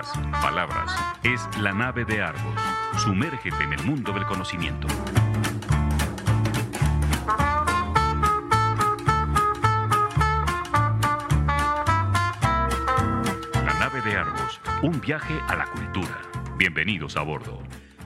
ideas, palabras. Es la nave de Argos. Sumérgete en el mundo del conocimiento. La nave de Argos. Un viaje a la cultura. Bienvenidos a bordo.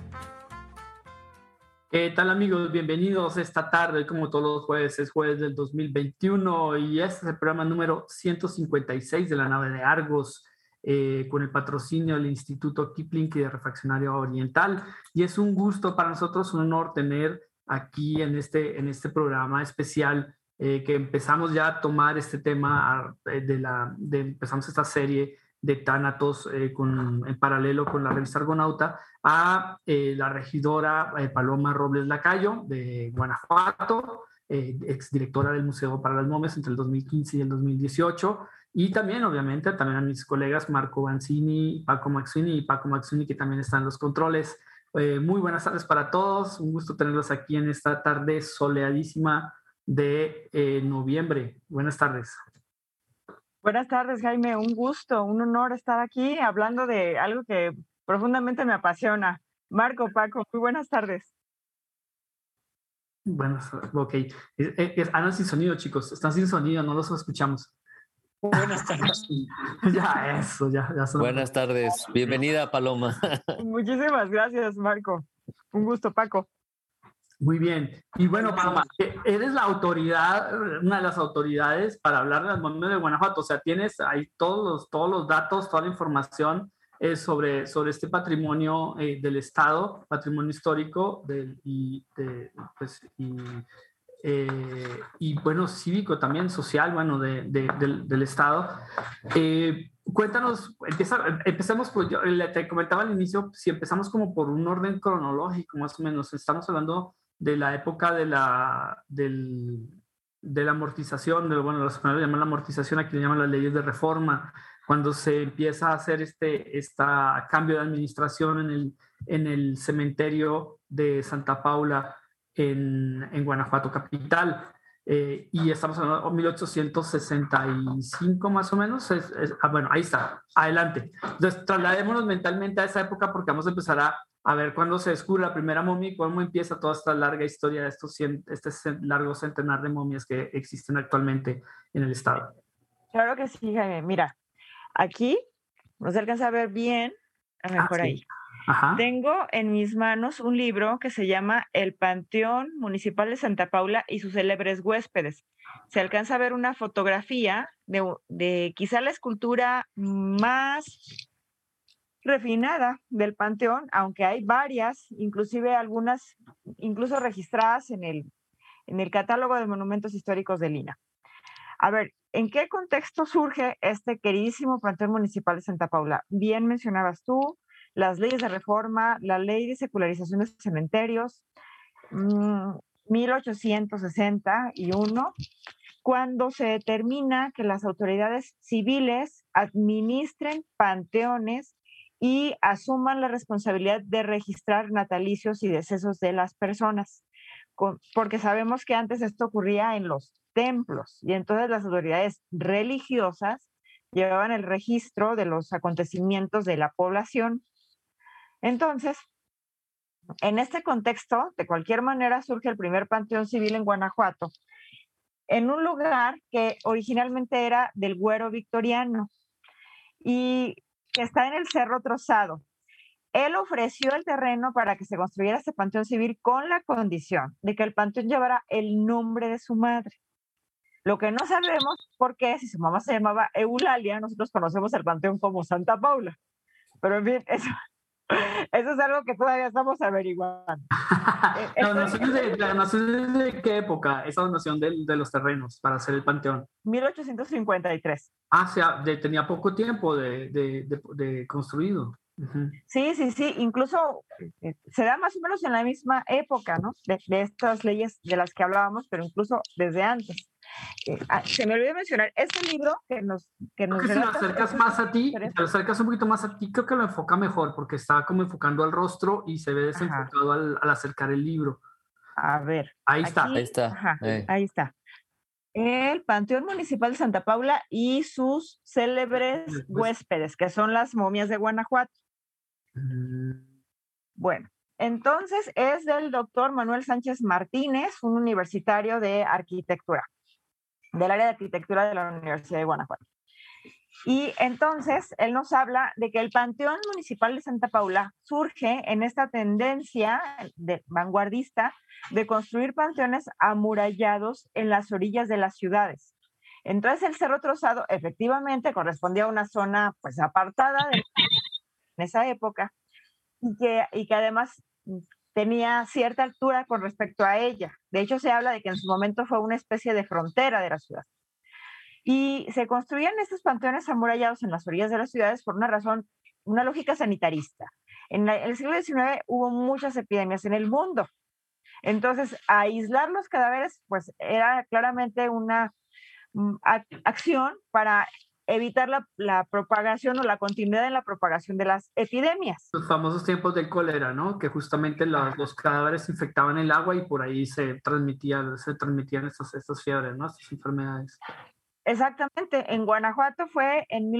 ¿Qué tal, amigos? Bienvenidos esta tarde, como todos los jueves, es jueves del 2021 y este es el programa número 156 de la nave de Argos, con el patrocinio del Instituto Kipling y de Refraccionaria Oriental. Y es un gusto para nosotros, un honor tener aquí en este programa especial que empezamos ya a tomar este tema, empezamos esta serie de Tánatos en paralelo con la revista Argonauta, a la regidora Paloma Robles Lacayo de Guanajuato, exdirectora del Museo para las Momias entre el 2015 y el 2018, y también, obviamente, también a mis colegas Marco Banzini, Paco Maxuni, que también están en los controles. Muy buenas tardes para todos, un gusto tenerlos aquí en esta tarde soleadísima de noviembre. Buenas tardes. Buenas tardes, Jaime. Un gusto, un honor estar aquí hablando de algo que profundamente me apasiona. Marco, Paco, muy buenas tardes. Buenas, ok. Andan sin sonido, chicos. Están sin sonido, no los escuchamos. Buenas tardes. ya. Buenas tardes. Bienvenida, Paloma. Muchísimas gracias, Marco. Un gusto, Paco. Muy bien. Y bueno, Paloma, eres la autoridad, una de las autoridades para hablar de las momias de Guanajuato. O sea, tienes ahí todos los datos, toda la información sobre este patrimonio del Estado, patrimonio histórico y bueno, cívico también, social, bueno, del Estado. Cuéntanos, empecemos, pues yo te comentaba al inicio, si empezamos como por un orden cronológico, más o menos, estamos hablando de la época de la amortización, los españoles llaman la amortización, aquí le llaman las leyes de reforma, cuando se empieza a hacer este cambio de administración en el cementerio de Santa Paula en Guanajuato capital. Y estamos hablando de 1865 más o menos. Bueno, ahí está, adelante. Entonces, trasladémonos mentalmente a esa época porque vamos a empezar a ver cuándo se descubre la primera momia y cómo empieza toda esta larga historia de este largo centenar de momias que existen actualmente en el estado. Claro que sí, Jaime. Mira, aquí no se alcanza a ver bien, a lo mejor sí. ahí. Ajá. Tengo en mis manos un libro que se llama El Panteón Municipal de Santa Paula y sus célebres huéspedes. Se alcanza a ver una fotografía de quizá la escultura más refinada del panteón, aunque hay varias, inclusive algunas incluso registradas en el catálogo de monumentos históricos de Lina. A ver, ¿en qué contexto surge este queridísimo Panteón Municipal de Santa Paula? Bien mencionabas tú las leyes de reforma, la ley de secularización de cementerios, 1861, cuando se determina que las autoridades civiles administren panteones y asuman la responsabilidad de registrar natalicios y decesos de las personas, porque sabemos que antes esto ocurría en los templos y entonces las autoridades religiosas llevaban el registro de los acontecimientos de la población. Entonces, en este contexto, de cualquier manera, surge el primer panteón civil en Guanajuato, en un lugar que originalmente era del Güero Victoriano y que está en el Cerro Trozado. Él ofreció el terreno para que se construyera este panteón civil con la condición de que el panteón llevara el nombre de su madre. Lo que no sabemos por qué, si su mamá se llamaba Eulalia, nosotros conocemos el panteón como Santa Paula. Pero en fin, eso es algo que todavía estamos averiguando. ¿La donación de qué época? Esa donación de los terrenos para hacer el panteón. 1853. O sea, tenía poco tiempo de construido. Uh-huh. Sí. Incluso se da más o menos en la misma época, ¿no? De estas leyes de las que hablábamos, pero incluso desde antes. Se me olvidó mencionar, este libro que nos si lo acercas más a ti, te lo acercas un poquito más a ti, creo que lo enfoca mejor, porque está como enfocando al rostro y se ve desenfocado al acercar el libro. A ver. Ahí está. Ahí está. El Panteón Municipal de Santa Paula y sus célebres huéspedes, que son las momias de Guanajuato. Bueno, entonces es del doctor Manuel Sánchez Martínez, un universitario de arquitectura, del área de arquitectura de la Universidad de Guanajuato. Y entonces él nos habla de que el Panteón Municipal de Santa Paula surge en esta tendencia vanguardista de construir panteones amurallados en las orillas de las ciudades. Entonces el Cerro Trozado efectivamente correspondía a una zona pues apartada en esa época y que además tenía cierta altura con respecto a ella. De hecho se habla de que en su momento fue una especie de frontera de la ciudad. Y se construían estos panteones amurallados en las orillas de las ciudades por una razón, una lógica sanitarista. En el siglo XIX hubo muchas epidemias en el mundo. Entonces, aislar los cadáveres, pues era claramente una acción para evitar la propagación o la continuidad en la propagación de las epidemias. Los famosos tiempos del cólera, ¿no? Que justamente los cadáveres infectaban el agua y por ahí se transmitían estas fiebres, ¿no? Estas enfermedades. Exactamente, en Guanajuato fue en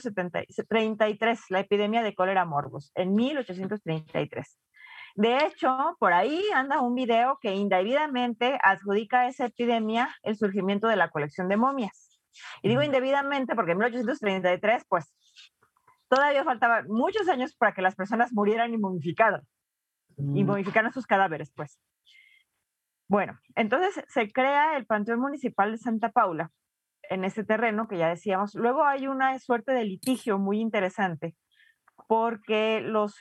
1833 la epidemia de cólera morbus, en 1833. De hecho, por ahí anda un video que indebidamente adjudica a esa epidemia el surgimiento de la colección de momias. Y digo indebidamente porque en 1833, pues, todavía faltaban muchos años para que las personas murieran y momificaran sus cadáveres, pues. Bueno, entonces se crea el Panteón Municipal de Santa Paula en este terreno que ya decíamos. Luego hay una suerte de litigio muy interesante porque los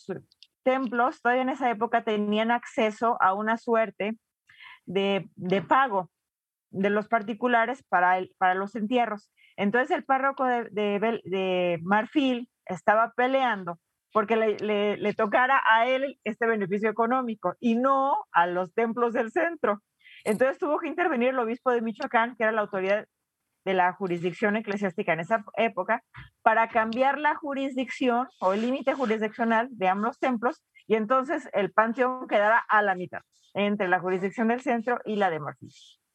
templos todavía en esa época tenían acceso a una suerte de pago de los particulares para los entierros. Entonces el párroco de Marfil estaba peleando porque le tocara a él este beneficio económico y no a los templos del centro. Entonces tuvo que intervenir el obispo de Michoacán, que era la autoridad de la jurisdicción eclesiástica en esa época, para cambiar la jurisdicción o el límite jurisdiccional de ambos templos, y entonces el panteón quedara a la mitad, entre la jurisdicción del centro y la de Marfil.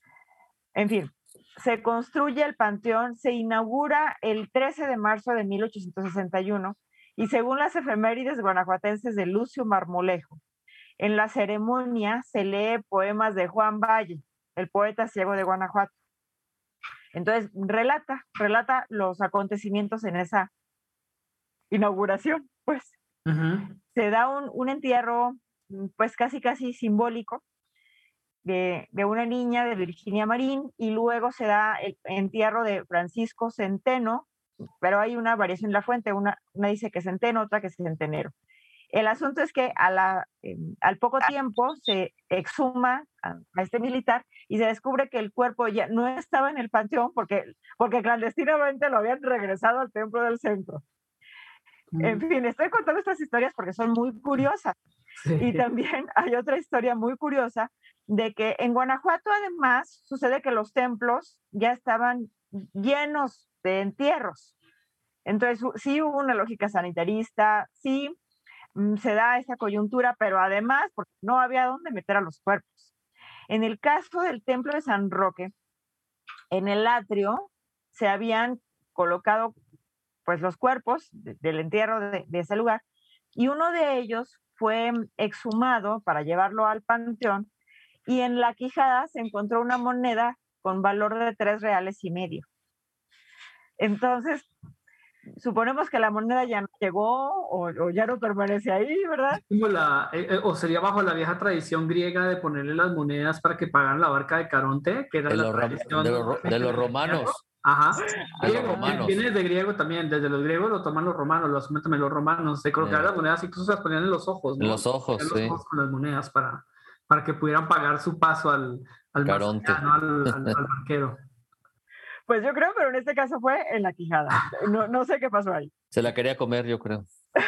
En fin, se construye el panteón, se inaugura el 13 de marzo de 1861, y según las efemérides guanajuatenses de Lucio Marmolejo, en la ceremonia se lee poemas de Juan Valle, el poeta ciego de Guanajuato. Entonces, relata los acontecimientos en esa inauguración, pues. Se da un entierro, pues casi simbólico de una niña de Virginia Marín, y luego se da el entierro de Francisco Centeno, pero hay una variación en la fuente, una dice que Centeno, otra que Centenero. El asunto es que al poco tiempo se exhuma a este militar y se descubre que el cuerpo ya no estaba en el panteón porque clandestinamente lo habían regresado al templo del centro. En fin, estoy contando estas historias porque son muy curiosas. Sí. Y también hay otra historia muy curiosa de que en Guanajuato además sucede que los templos ya estaban llenos de entierros. Entonces sí hubo una lógica sanitarista, sí se da esa coyuntura, pero además porque no había dónde meter a los cuerpos. En el caso del templo de San Roque, en el atrio se habían colocado pues los cuerpos del entierro de ese lugar, y uno de ellos fue exhumado para llevarlo al panteón, y en la quijada se encontró una moneda con valor de 3 reales y medio. Entonces, suponemos que la moneda ya no llegó o ya no permanece ahí, ¿verdad? Es como o sería bajo la vieja tradición griega de ponerle las monedas para que pagaran la barca de Caronte, que era de los romanos. Ajá. Los romanos. Viene de griego también, desde los griegos lo toman los romanos, lo asumen también los romanos. Se colocaban las monedas, incluso se las ponían en los ojos, ¿no? En los ojos, sí. Los ojos con las monedas para que pudieran pagar su paso al Caronte, al barquero. Pues yo creo, pero en este caso fue en la quijada. No sé qué pasó ahí. Se la quería comer, yo creo.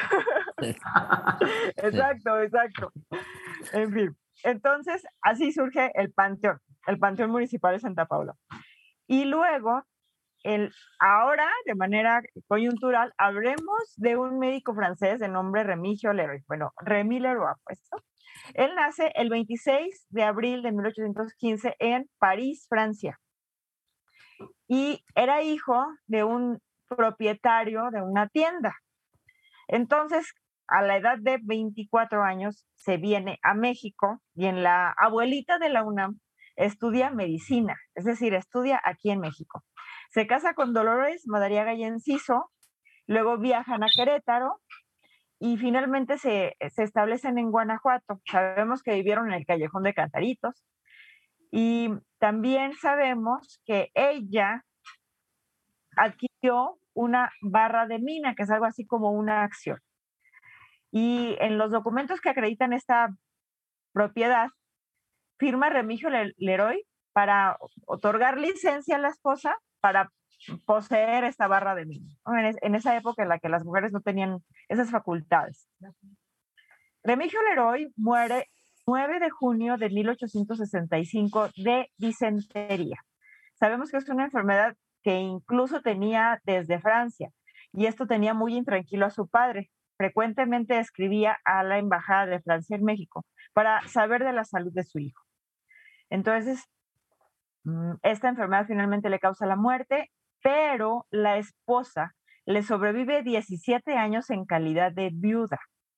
Exacto. En fin, entonces así surge el Panteón Municipal de Santa Paula. Y luego, ahora, de manera coyuntural, hablemos de un médico francés de nombre Rémy Leroy. Bueno, Rémy Leroy, pues, ¿no? Él nace el 26 de abril de 1815 en París, Francia. y era hijo de un propietario de una tienda. Entonces, a la edad de 24 años, se viene a México y en la abuelita de la UNAM estudia medicina, es decir, estudia aquí en México. Se casa con Dolores Madariaga y Enciso, luego viajan a Querétaro y finalmente se establecen en Guanajuato. Sabemos que vivieron en el Callejón de Cantaritos y también sabemos que ella adquirió una barra de mina, que es algo así como una acción. Y en los documentos que acreditan esta propiedad, firma Remigio Leroy para otorgar licencia a la esposa para poseer esta barra de mina, ¿no? En esa época en la que las mujeres no tenían esas facultades. Remigio Leroy muere 9 de junio de 1865 de disentería. Sabemos que es una enfermedad que incluso tenía desde Francia, y esto tenía muy intranquilo a su padre. Frecuentemente escribía a la Embajada de Francia en México para saber de la salud de su hijo. Entonces, esta enfermedad finalmente le causa la muerte, pero la esposa le sobrevive 17 años en calidad de viuda.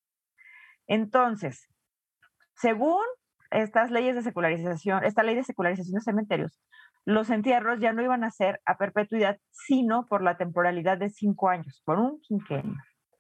Entonces, según estas leyes de secularización, esta ley de secularización de cementerios, los entierros ya no iban a ser a perpetuidad, sino por la temporalidad de 5 años, por un quinquenio.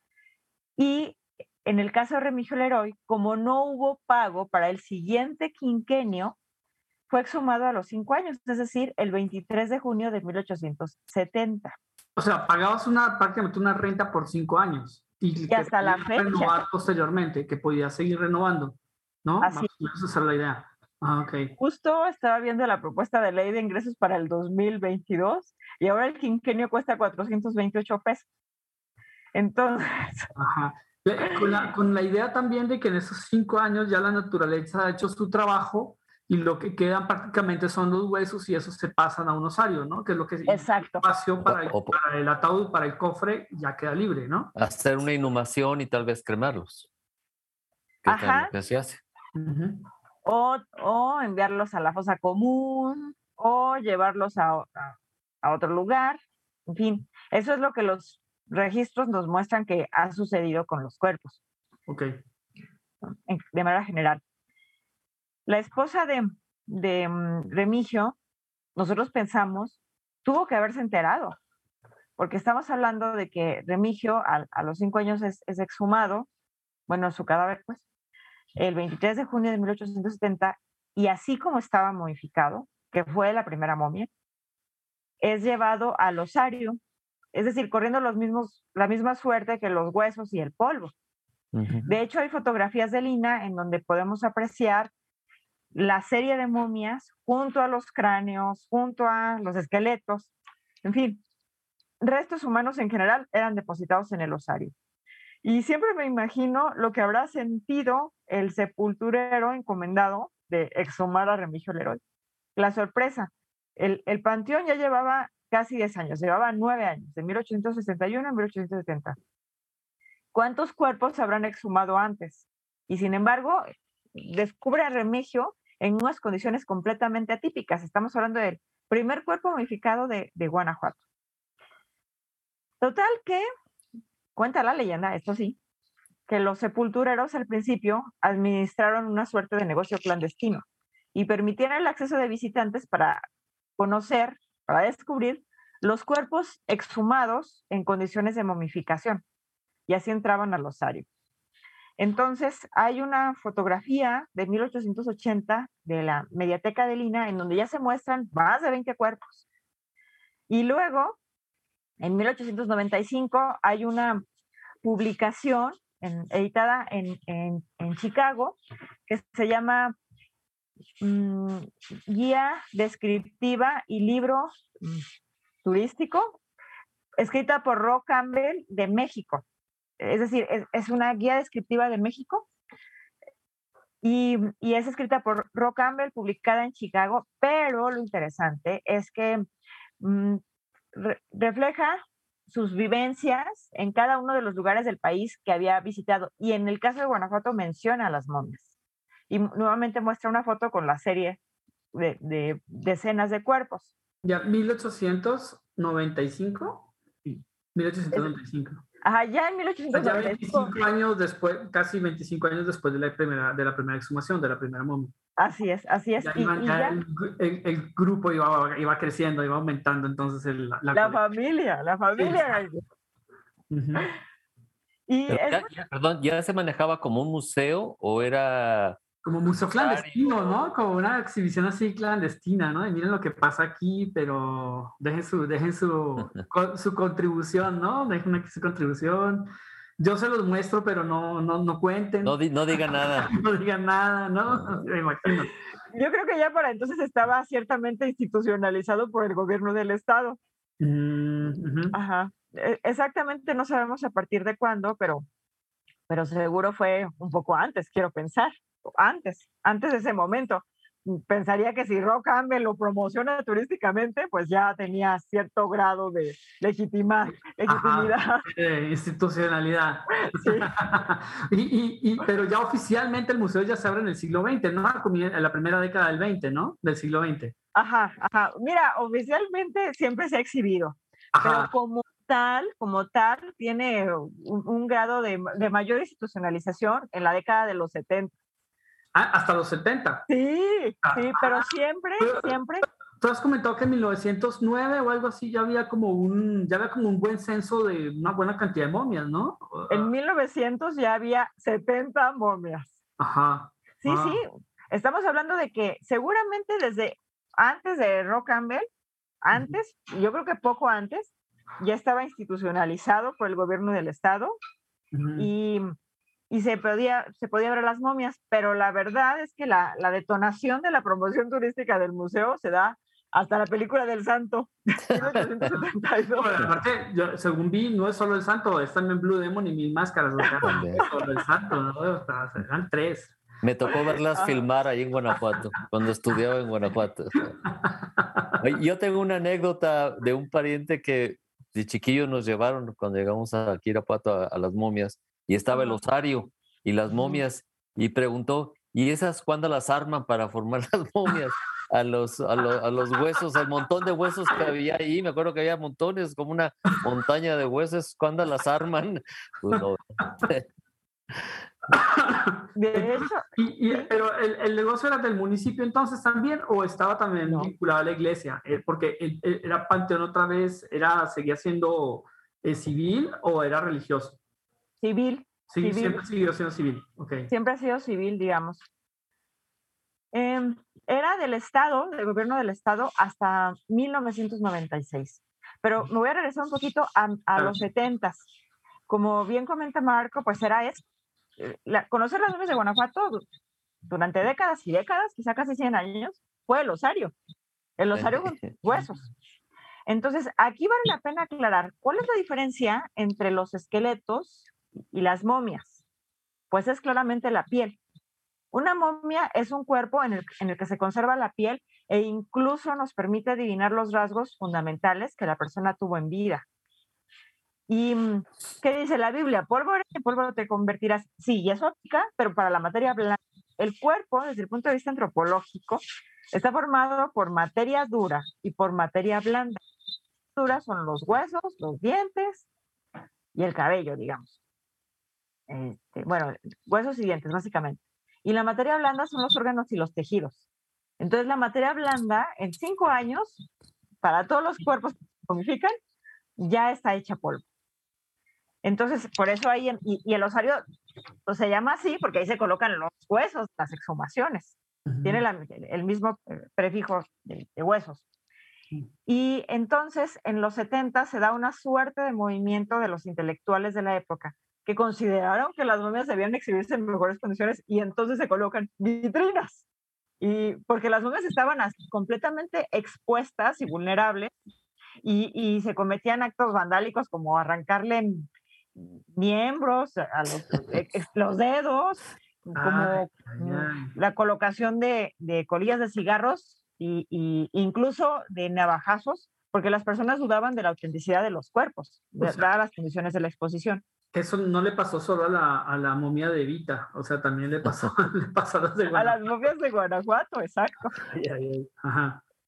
Y en el caso de Remigio Leroy, como no hubo pago para el siguiente quinquenio, fue exhumado a los 5 años, es decir, el 23 de junio de 1870. O sea, pagabas prácticamente una renta por 5 años y que hasta la podías fecha. renovar posteriormente, que podías seguir renovando, ¿no? Así. Más o menos esa es la idea. Ah, ok. Justo estaba viendo la propuesta de ley de ingresos para el 2022 y ahora el quinquenio cuesta 428 pesos. Entonces... Ajá. Con la idea también de que en esos 5 años ya la naturaleza ha hecho su trabajo y lo que quedan prácticamente son los huesos y esos se pasan a un osario, ¿no? Que es lo que Exacto. el espacio para el ataúd, para el cofre, ya queda libre, ¿no? Hacer una inhumación y tal vez cremarlos. Que es lo que se hace. Uh-huh. O enviarlos a la fosa común, o llevarlos a otro lugar. En fin, eso es lo que los registros nos muestran que ha sucedido con los cuerpos. Ok. De manera general. La esposa de Remigio, nosotros pensamos, tuvo que haberse enterado, porque estamos hablando de que Remigio a los 5 años es exhumado, bueno, su cadáver, pues, el 23 de junio de 1870, y así como estaba momificado, que fue la primera momia, es llevado al osario, es decir, corriendo la misma suerte que los huesos y el polvo. Uh-huh. De hecho, hay fotografías de Lina en donde podemos apreciar la serie de momias junto a los cráneos, junto a los esqueletos, en fin, restos humanos en general eran depositados en el osario. Y siempre me imagino lo que habrá sentido el sepulturero encomendado de exhumar a Remigio Leroy. La sorpresa, el panteón ya llevaba casi 10 años, llevaba 9 años, de 1861 a 1870. ¿Cuántos cuerpos se habrán exhumado antes? Y sin embargo, descubre a Remigio en unas condiciones completamente atípicas. Estamos hablando del primer cuerpo momificado de Guanajuato. Total que, cuenta la leyenda, esto sí, que los sepultureros al principio administraron una suerte de negocio clandestino y permitieron el acceso de visitantes para conocer, para descubrir los cuerpos exhumados en condiciones de momificación. Y así entraban al osario. Entonces, hay una fotografía de 1880 de la Mediateca de Lina en donde ya se muestran más de 20 cuerpos. Y luego, en 1895, hay una publicación editada en Chicago que se llama Guía Descriptiva y Libro Turístico, escrita por Ro Campbell de México. Es decir, es una guía descriptiva de México y es escrita por Ro Campbell, publicada en Chicago, pero lo interesante es que refleja sus vivencias en cada uno de los lugares del país que había visitado, y en el caso de Guanajuato menciona a las momias y nuevamente muestra una foto con la serie de decenas de cuerpos. Ya, 1895. Sí. 1895. Ajá, ya en Ya 1895. 25 años después, casi 25 años después de la primera exhumación, de la primera momia. Así es, así es. Ya, Y ya ya el grupo iba creciendo, iba aumentando, entonces la familia, Sí. Gallo. Ujú. Y Pero es perdón, ¿ya se manejaba como un museo o era Como museo clandestino, ¿no? Como una exhibición así clandestina, ¿no? Y miren lo que pasa aquí, pero dejen su contribución, ¿no? Dejen aquí su contribución. Yo se los muestro, pero no cuenten, no diga nada? no digan nada, ¿no? Me imagino. Yo creo que ya para entonces estaba ciertamente institucionalizado por el gobierno del estado. Ujú. Ajá. Exactamente no sabemos a partir de cuándo, pero seguro fue un poco antes, quiero pensar. Antes de ese momento. Pensaría que si Rock Campbell lo promociona turísticamente, pues ya tenía cierto grado de legitimidad. Ajá, institucionalidad. Sí. Pero ya oficialmente el museo ya se abre en el siglo XX, ¿no? En la primera década del XX, ¿no? Del siglo XX. Ajá. Mira, oficialmente siempre se ha exhibido, pero Ajá. como tal, tiene un grado de mayor institucionalización en la década de los 70. Hasta los 70. Sí, pero siempre. Tú has comentado que en 1909 o algo así ya había como un buen censo de una buena cantidad de momias, ¿no? En 1900 ya había 70 momias. Ajá. Sí. Estamos hablando de que seguramente desde antes de Rock Campbell, yo creo que poco antes, ya estaba institucionalizado por el gobierno del estado y se podía ver a las momias, pero la verdad es que la detonación de la promoción turística del museo se da hasta la película del Santo, 1872. Bueno, aparte, según vi, no es solo el Santo, es también Blue Demon y Mil Máscaras, o sea, no es solo el Santo, ¿no? O sea, eran 3. Me tocó verlas filmar ahí en Guanajuato, cuando estudiaba en Guanajuato. Oye, yo tengo una anécdota de un pariente que de chiquillo nos llevaron cuando llegamos aquí a Irapuato a las momias y estaba el osario y las momias y preguntó, ¿y esas cuándo las arman para formar las momias? A los huesos, el montón de huesos que había ahí, me acuerdo que había montones, como una montaña de huesos, ¿cuándo las arman? Pues no. De hecho, Pero el negocio era del municipio entonces también, o estaba también vinculado a la iglesia, porque era panteón otra vez, seguía siendo civil o era religioso. Civil. Siempre siguió siendo civil. Okay. Siempre ha sido civil, digamos. Era del estado, del gobierno del estado, hasta 1996. Pero me voy a regresar un poquito a los 70s. Como bien comenta Marco, pues era esto. Conocer las momias de Guanajuato durante décadas y décadas, quizá casi 100 años, fue el osario con huesos. Entonces, aquí vale la pena aclarar, ¿cuál es la diferencia entre los esqueletos y las momias? Pues es claramente la piel. Una momia es un cuerpo en el que se conserva la piel e incluso nos permite adivinar los rasgos fundamentales que la persona tuvo en vida. ¿Y qué dice la Biblia? Polvo eres y polvo te convertirás. Sí, y es óptica, pero para la materia blanca. El cuerpo, desde el punto de vista antropológico, está formado por materia dura y por materia blanda. Duras son los huesos, los dientes y el cabello, digamos. Bueno, huesos y dientes, básicamente. Y la materia blanda son los órganos y los tejidos. Entonces, la materia blanda, en 5 años, para todos los cuerpos que se momifican, ya está hecha polvo. Entonces, por eso ahí, y el osario pues, se llama así porque ahí se colocan los huesos, las exhumaciones. Tiene el mismo prefijo de huesos. Y entonces, en los 70 se da una suerte de movimiento de los intelectuales de la época que consideraron que las momias debían exhibirse en mejores condiciones y entonces se colocan vitrinas. Y porque las momias estaban así, completamente expuestas y vulnerables y se cometían actos vandálicos como arrancarle miembros, a los dedos, como la colocación de colillas de cigarros y incluso de navajazos, porque las personas dudaban de la autenticidad de los cuerpos, dadas las condiciones de la exposición. Eso no le pasó solo a la momia de Evita, o sea, también le pasó a las de Guanajuato. A las momias de Guanajuato, exacto. Ajá.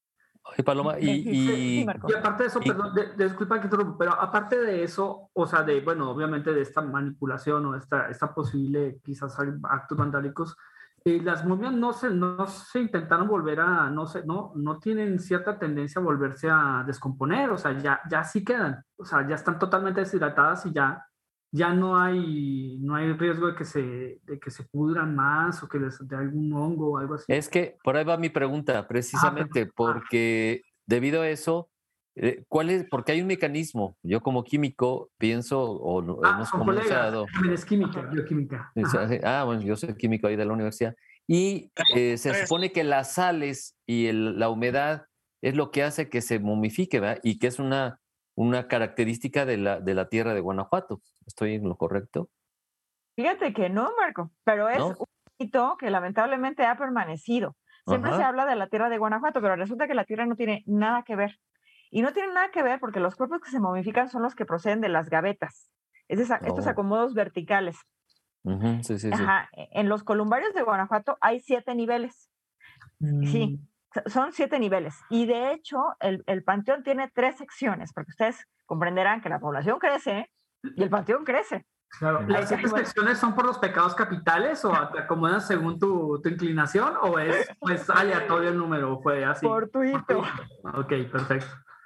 Oye, Paloma, Sí, Marco. Y aparte de eso, perdón, disculpa que interrumpa, pero aparte de eso, o sea, bueno, obviamente de esta manipulación o esta posible, quizás actos vandálicos, las momias no se intentaron volver a, no tienen cierta tendencia a volverse a descomponer, o sea, ya sí quedan, o sea, ya están totalmente deshidratadas y ya no hay riesgo de que se pudran más o que les dé algún hongo o algo así. es que por ahí va mi pregunta, precisamente, porque debido a eso, porque hay un mecanismo. Yo como químico pienso, o hemos Son colegas, comenzado. es química, bioquímica. Ajá. Bueno, yo soy químico ahí de la universidad. Y se supone que las sales y la humedad es lo que hace que se momifique, ¿verdad? Y que es una característica de la tierra de Guanajuato. ¿Estoy en lo correcto? Fíjate que no, Marco, pero es ¿No? un mito que lamentablemente ha permanecido. Siempre se Ajá. habla de la tierra de Guanajuato, pero resulta que la tierra no tiene nada que ver. Y no tiene nada que ver porque los cuerpos que se momifican son los que proceden de las gavetas. Estos Oh. acomodos verticales. Ujú, sí, sí, sí. Ajá. En los columbarios de Guanajuato hay 7 niveles. Sí, son 7 niveles. Y de hecho, el panteón tiene 3 secciones, porque ustedes comprenderán que la población crece y el panteón crece. Claro. ¿Las 7 secciones son por los pecados capitales o te acomodas según tu inclinación o es pues aleatorio el número? Fue así. Fortuito. Ok, perfecto.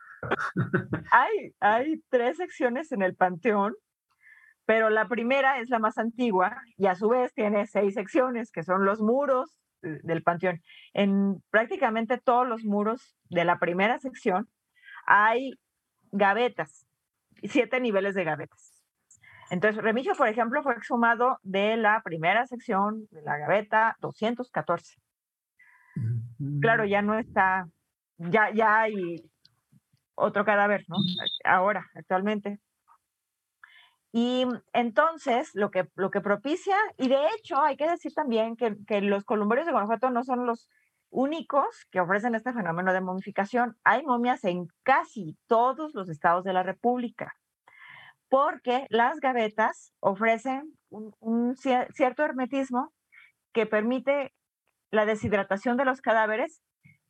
Hay 3 secciones en el panteón, pero la primera es la más antigua y a su vez tiene 6 secciones, que son los muros del panteón. En prácticamente todos los muros de la primera sección hay gavetas, 7 niveles de gavetas. Entonces, Remigio, por ejemplo, fue exhumado de la primera sección de la gaveta 214. Claro, ya no está, ya hay otro cadáver, ¿no? Ahora, actualmente. Y entonces, lo que propicia, y de hecho hay que decir también que los columbarios de Guanajuato no son los únicos que ofrecen este fenómeno de momificación. Hay momias en casi todos los estados de la República, porque las gavetas ofrecen un cierto hermetismo que permite la deshidratación de los cadáveres,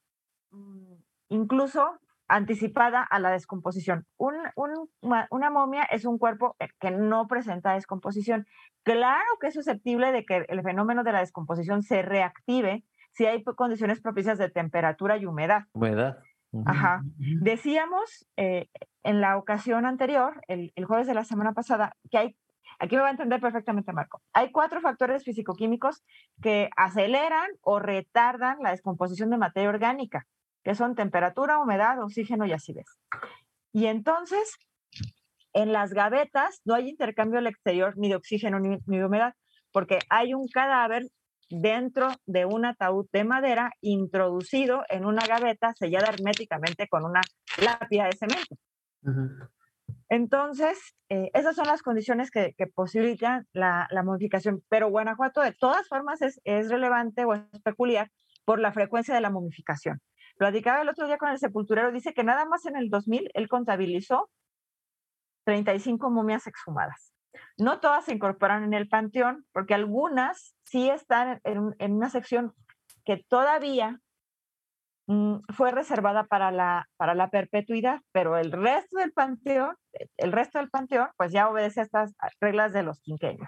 incluso anticipada a la descomposición. Una momia es un cuerpo que no presenta descomposición. Claro que es susceptible de que el fenómeno de la descomposición se reactive si hay condiciones propicias de temperatura y humedad. Humedad. Ajá. Decíamos en la ocasión anterior, el jueves de la semana pasada, que aquí me va a entender perfectamente Marco, hay 4 factores fisicoquímicos que aceleran o retardan la descomposición de materia orgánica, que son temperatura, humedad, oxígeno y acidez. Y entonces, en las gavetas no hay intercambio al exterior ni de oxígeno ni de humedad, porque hay un cadáver dentro de un ataúd de madera introducido en una gaveta sellada herméticamente con una lápida de cemento. Entonces, esas son las condiciones que posibilitan la momificación. Pero Guanajuato, de todas formas, es relevante o es peculiar por la frecuencia de la momificación. Platicaba el otro día con el sepulturero, dice que nada más en el 2000 él contabilizó 35 momias exhumadas. No todas se incorporan en el panteón, porque algunas sí están en una sección que todavía fue reservada para la perpetuidad, pero el resto del panteón, pues ya obedece a estas reglas de los quinquenios.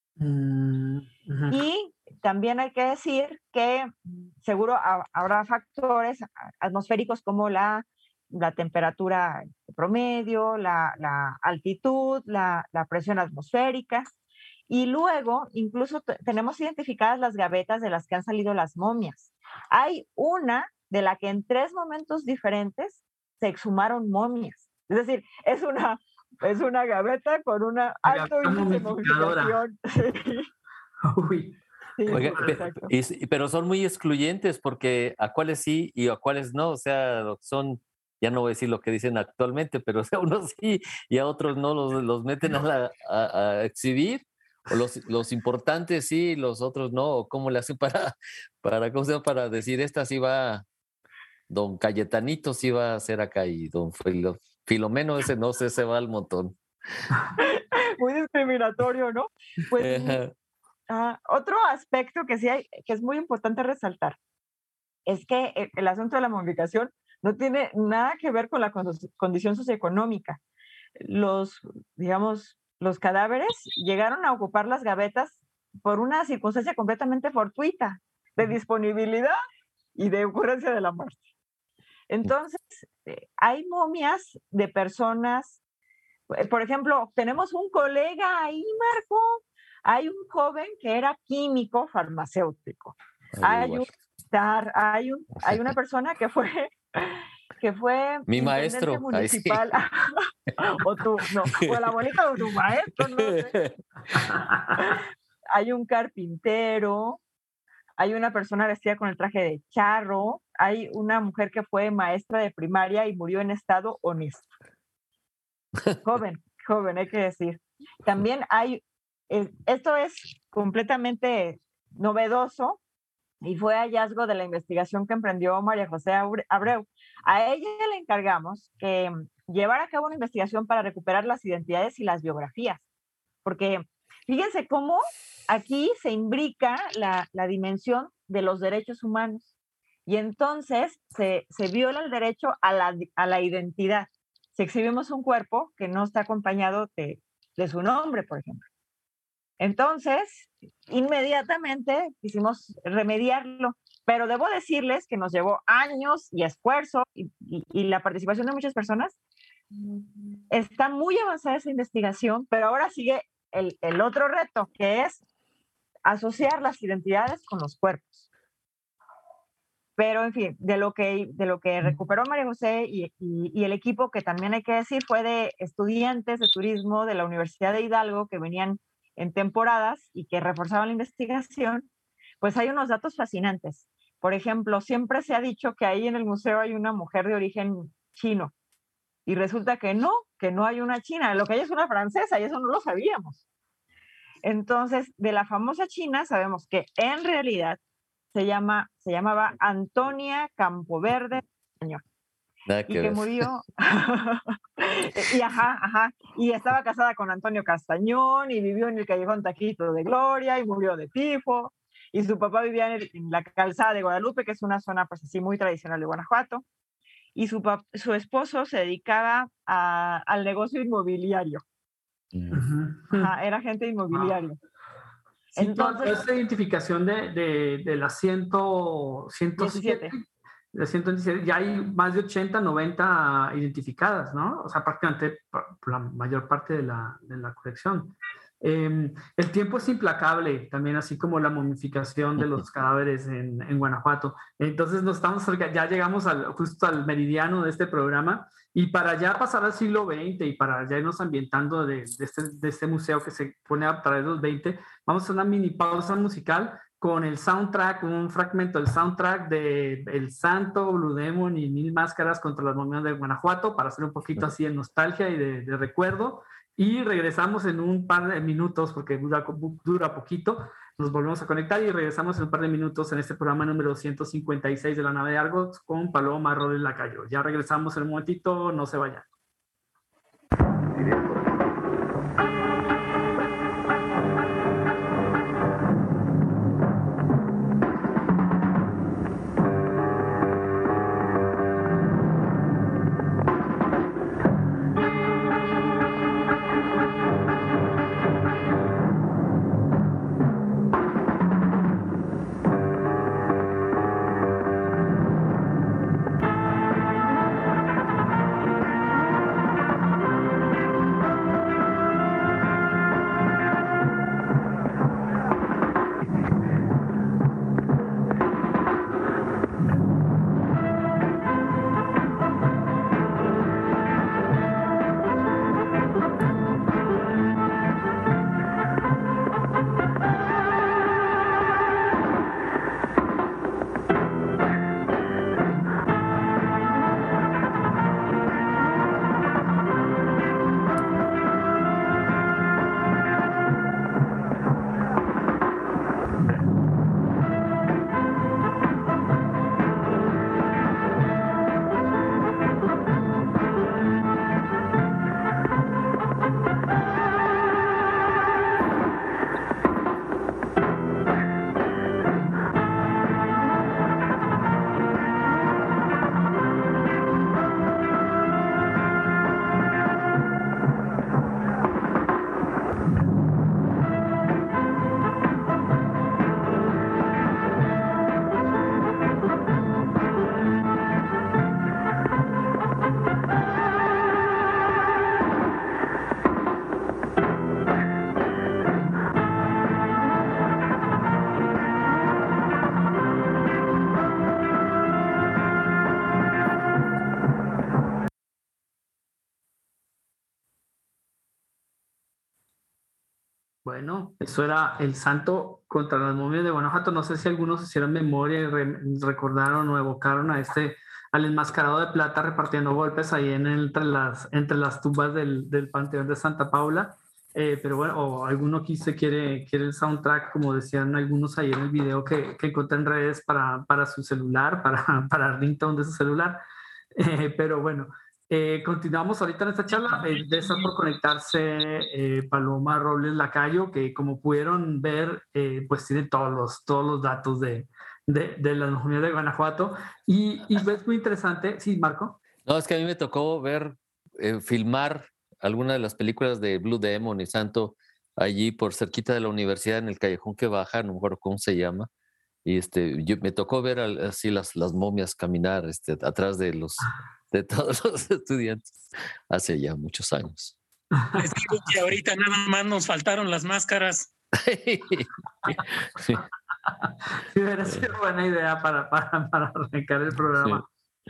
Y también hay que decir que seguro habrá factores atmosféricos como la temperatura promedio, la altitud, la presión atmosférica. Y luego, incluso tenemos identificadas las gavetas de las que han salido las momias. Hay una de la que en 3 momentos diferentes se exhumaron momias. Es decir, es una gaveta con una alto índice de momificación. Uy. Sí, oiga, pero son muy excluyentes porque a cuáles sí y a cuáles no, o sea, son, ya no voy a decir lo que dicen actualmente, pero o sea, unos sí y a otros no los meten a exhibir, o los importantes sí, los otros no, o cómo le hacen ¿cómo se llama? Para decir esta sí va, don Cayetanito sí va a ser acá y don Filomeno ese no sé, se va al montón. Muy discriminatorio, ¿no? Pues otro aspecto que sí que es muy importante resaltar es que el asunto de la momificación no tiene nada que ver con la condición socioeconómica. Digamos, los cadáveres llegaron a ocupar las gavetas por una circunstancia completamente fortuita de disponibilidad y de ocurrencia de la muerte. Entonces, hay momias de personas, por ejemplo, tenemos un colega ahí, Marco, hay un joven que era químico farmacéutico, hay una persona que fue mi maestro municipal, o la abuelita de tu maestro, no sé. Hay un carpintero, hay una persona vestida con el traje de charro, hay una mujer que fue maestra de primaria y murió en estado honesto. Joven, hay que decir. También esto es completamente novedoso y fue hallazgo de la investigación que emprendió María José Abreu. A ella le encargamos que llevara a cabo una investigación para recuperar las identidades y las biografías, porque fíjense cómo aquí se imbrica la dimensión de los derechos humanos y entonces se viola el derecho a la identidad. Si exhibimos un cuerpo que no está acompañado de su nombre, por ejemplo. Entonces, inmediatamente quisimos remediarlo, pero debo decirles que nos llevó años y esfuerzo y la participación de muchas personas. Está muy avanzada esa investigación, pero ahora sigue el otro reto, que es asociar las identidades con los cuerpos. Pero, en fin, de lo que recuperó María José y el equipo, que también hay que decir, fue de estudiantes de turismo de la Universidad de Hidalgo que venían en temporadas y que reforzaban la investigación, pues hay unos datos fascinantes. Por ejemplo, siempre se ha dicho que ahí en el museo hay una mujer de origen chino y resulta que no hay una china, lo que hay es una francesa y eso no lo sabíamos. Entonces, de la famosa china sabemos que en realidad se llamaba Antonia Campoverde Castañón. Y que murió y estaba casada con Antonio Castañón y vivió en el callejón Taquito de Gloria y murió de tifo, y su papá vivía en la calzada de Guadalupe, que es una zona pues así muy tradicional de Guanajuato, y su esposo se dedicaba al negocio inmobiliario. Era agente inmobiliario. Sí, entonces, esa identificación de la 117, de 117, ya hay más de 80, 90 identificadas, ¿no? O sea, prácticamente la mayor parte de la colección. El tiempo es implacable, también así como la momificación de los cadáveres en Guanajuato. Entonces nos estamos ya llegamos justo al meridiano de este programa, y para ya pasar al siglo XX y para ya irnos ambientando de este museo que se pone a través de los 20, vamos a hacer una mini pausa musical con el soundtrack, un fragmento del soundtrack de El Santo, Blue Demon y Mil Máscaras contra las momias de Guanajuato, para hacer un poquito así de nostalgia y de recuerdo. Y regresamos en un par de minutos, porque dura poquito. Nos volvemos a conectar y regresamos en un par de minutos en este programa número 156 de la nave de Argos con Paloma Robles Lacayo. Ya regresamos en un momentito, no se vayan. Bueno, eso era el santo contra las momias de Guanajuato. No sé si algunos hicieron memoria y recordaron o evocaron al enmascarado de plata repartiendo golpes ahí entre las tumbas del Panteón de Santa Paula. Pero bueno, o alguno quiere el soundtrack, como decían algunos ahí en el video que encontré en redes para su celular, para ringtone de su celular. Pero bueno. Continuamos ahorita en esta charla. De estar por conectarse Paloma Robles Lacayo, que como pudieron ver, pues tiene todos los datos de las momias de Guanajuato. Y es muy interesante. Sí, Marco. No, es que a mí me tocó ver, filmar alguna de las películas de Blue Demon y Santo allí por cerquita de la universidad, en el callejón que baja, no me acuerdo cómo se llama. Y me tocó ver así las momias caminar atrás de todos los estudiantes hace ya muchos años. Les digo que ahorita nada más nos faltaron las máscaras. Sí, hubiera sido buena idea para arrancar el programa.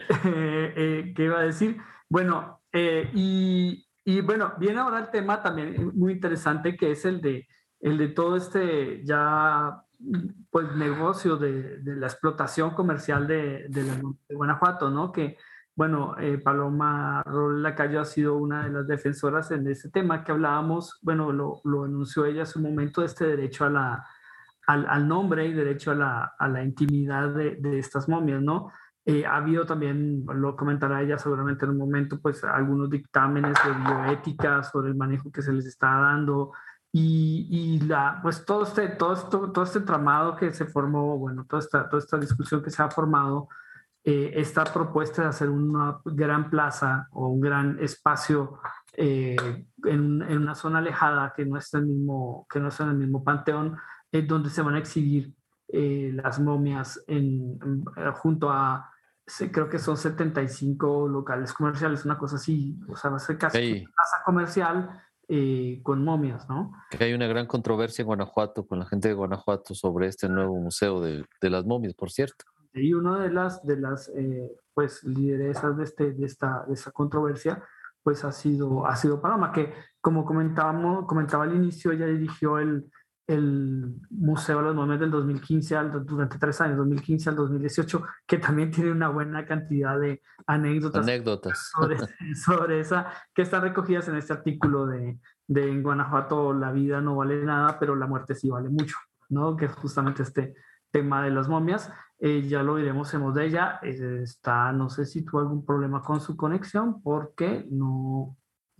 Sí. ¿Qué iba a decir? Bueno, y bueno, viene ahora el tema también muy interesante, que es el de todo ya pues negocio de la explotación comercial de Guanajuato, ¿no? Que bueno, Paloma Robles Lacayo ha sido una de las defensoras en ese tema que hablábamos. Bueno, lo anunció ella hace un momento, derecho al nombre y derecho a la intimidad de estas momias, ¿no? Ha habido también, lo comentará ella seguramente en un momento, pues algunos dictámenes de bioética sobre el manejo que se les está dando y pues todo este entramado que se formó, bueno, toda esta discusión que se ha formado. Esta propuesta de hacer una gran plaza o un gran espacio en una zona alejada que no está en el mismo panteón, donde se van a exhibir las momias junto a, creo que son 75 locales comerciales, una cosa así, o sea, va a ser casi una casa comercial con momias, ¿no? Que hay una gran controversia en Guanajuato, con la gente de Guanajuato, sobre este nuevo museo de las momias, por cierto. Y una de las pues lideresas de esta controversia pues ha sido Paloma, que como comentaba al inicio, ella dirigió el Museo de las Momias del 2015 durante 3 años, 2015 al 2018, que también tiene una buena cantidad de anécdotas. Sobre esa, que están recogidas en este artículo de en Guanajuato la vida no vale nada, pero la muerte sí vale mucho, ¿no? Que es justamente este tema de las momias. Ya lo iremos en voz de ella. No sé si tuvo algún problema con su conexión, porque no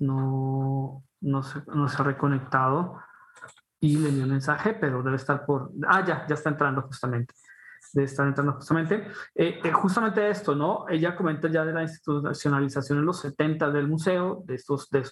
se ha reconectado y le dio un mensaje, pero debe estar ya está entrando justamente. Debe estar entrando justamente. Justamente esto, ¿no? Ella comenta ya de la institucionalización en los 70 del museo, de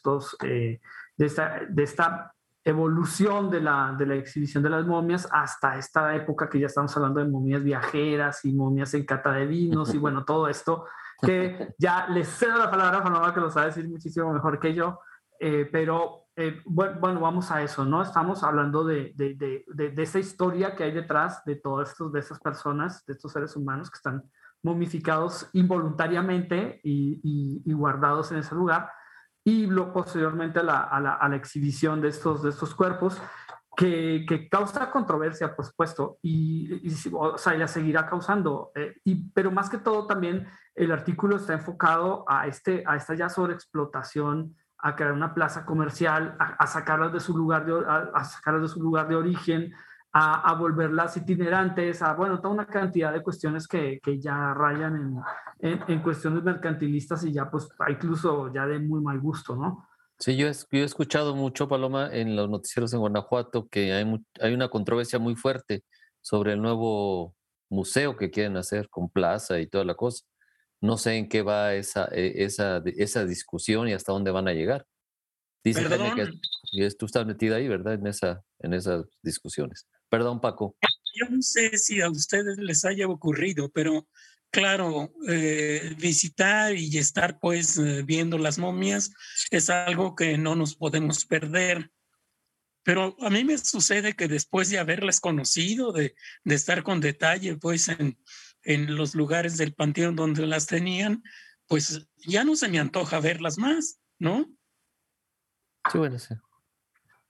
esta evolución de la exhibición de las momias hasta esta época que ya estamos hablando de momias viajeras y momias en cata de vinos y bueno, todo esto que ya les cedo la palabra a Paloma, que lo sabe decir muchísimo mejor que yo, pero bueno, vamos a eso, ¿no? Estamos hablando de esa historia que hay detrás de de esas personas, de estos seres humanos que están momificados involuntariamente y guardados en ese lugar, y posteriormente a la exhibición de estos cuerpos que causa controversia, por supuesto, o sea, la seguirá causando, pero más que todo también el artículo está enfocado a esta ya sobreexplotación, a crear una plaza comercial, a sacarlas de su lugar de origen, a volverlas itinerantes, bueno, toda una cantidad de cuestiones que ya rayan en cuestiones mercantilistas y ya pues incluso ya de muy mal gusto, ¿no? Sí, yo he escuchado mucho, Paloma, en los noticieros en Guanajuato, que hay una controversia muy fuerte sobre el nuevo museo que quieren hacer con plaza y toda la cosa. No sé en qué va esa discusión y hasta dónde van a llegar. Dice Jaime que tú estás metida ahí, ¿verdad? En esas discusiones. Perdón, Paco. Yo no sé si a ustedes les haya ocurrido, pero claro, visitar y estar pues viendo las momias es algo que no nos podemos perder. Pero a mí me sucede que después de haberlas conocido, de estar con detalle pues en los lugares del panteón donde las tenían, pues ya no se me antoja verlas más, ¿no? Sí, bueno, sí.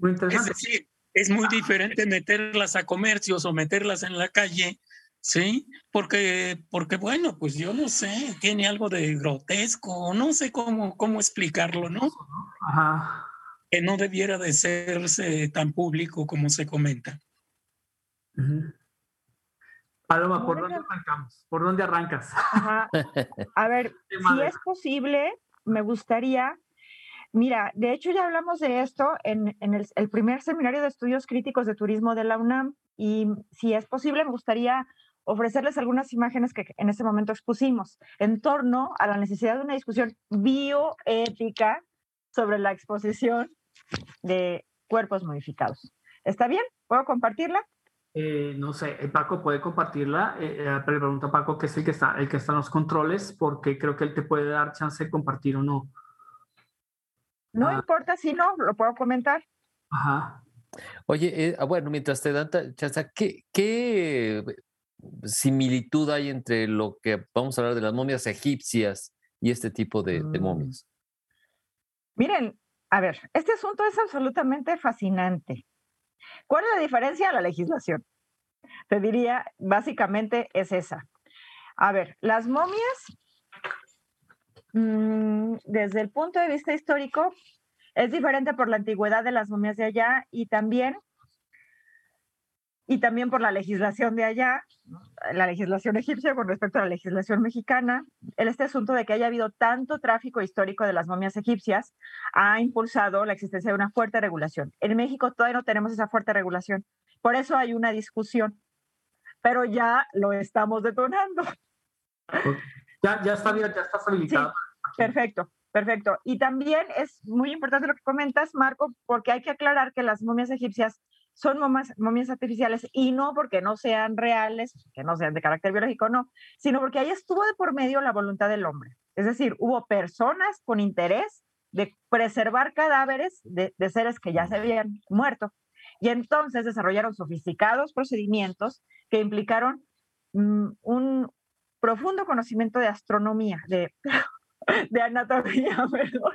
Muy Es interesante. decir, es muy diferente meterlas a comercios o meterlas en la calle, ¿sí? Porque bueno, pues yo no sé, tiene algo de grotesco, no sé cómo explicarlo, ¿no? Ajá. Que no debiera de serse tan público como se comenta. Ujú. Paloma, ¿por Bueno. dónde arrancamos? ¿Por dónde arrancas? Ajá. A ver, Tema si de- es posible, me gustaría, mira, de hecho ya hablamos de esto en el primer seminario de estudios críticos de turismo de la UNAM, y si es posible, me gustaría ofrecerles algunas imágenes que en ese momento expusimos en torno a la necesidad de una discusión bioética sobre la exposición de cuerpos modificados. ¿Está bien? ¿Puedo compartirla? No sé, Paco puede compartirla. Pero le pregunto a Paco, que es el que está en los controles, porque creo que él te puede dar chance de compartir o no. No Ah, importa si no, lo puedo comentar. ajá. Oye, bueno, mientras te dan chance, ¿qué similitud hay entre lo que vamos a hablar de las momias egipcias y este tipo de momias? Miren, a ver, este asunto es absolutamente fascinante. ¿Cuál es la diferencia de la legislación? Te diría, básicamente es esa. A ver, las momias, desde el punto de vista histórico, es diferente por la antigüedad de las momias de allá y también por la legislación de allá, ¿no? La legislación egipcia con respecto a la legislación mexicana. Este asunto de que haya habido tanto tráfico histórico de las momias egipcias ha impulsado la existencia de una fuerte regulación. En México todavía no tenemos esa fuerte regulación, por eso hay una discusión, pero ya lo estamos detonando. Ya está bien, ya está habilitado. Sí, perfecto. Y también es muy importante lo que comentas, Marco, porque hay que aclarar que las momias egipcias son momias artificiales, y no porque no sean reales, que no sean de carácter biológico, no, sino porque ahí estuvo de por medio la voluntad del hombre. Es decir, hubo personas con interés de preservar cadáveres de seres que ya se habían muerto. Y entonces desarrollaron sofisticados procedimientos que implicaron un profundo conocimiento de astronomía, de anatomía, perdón.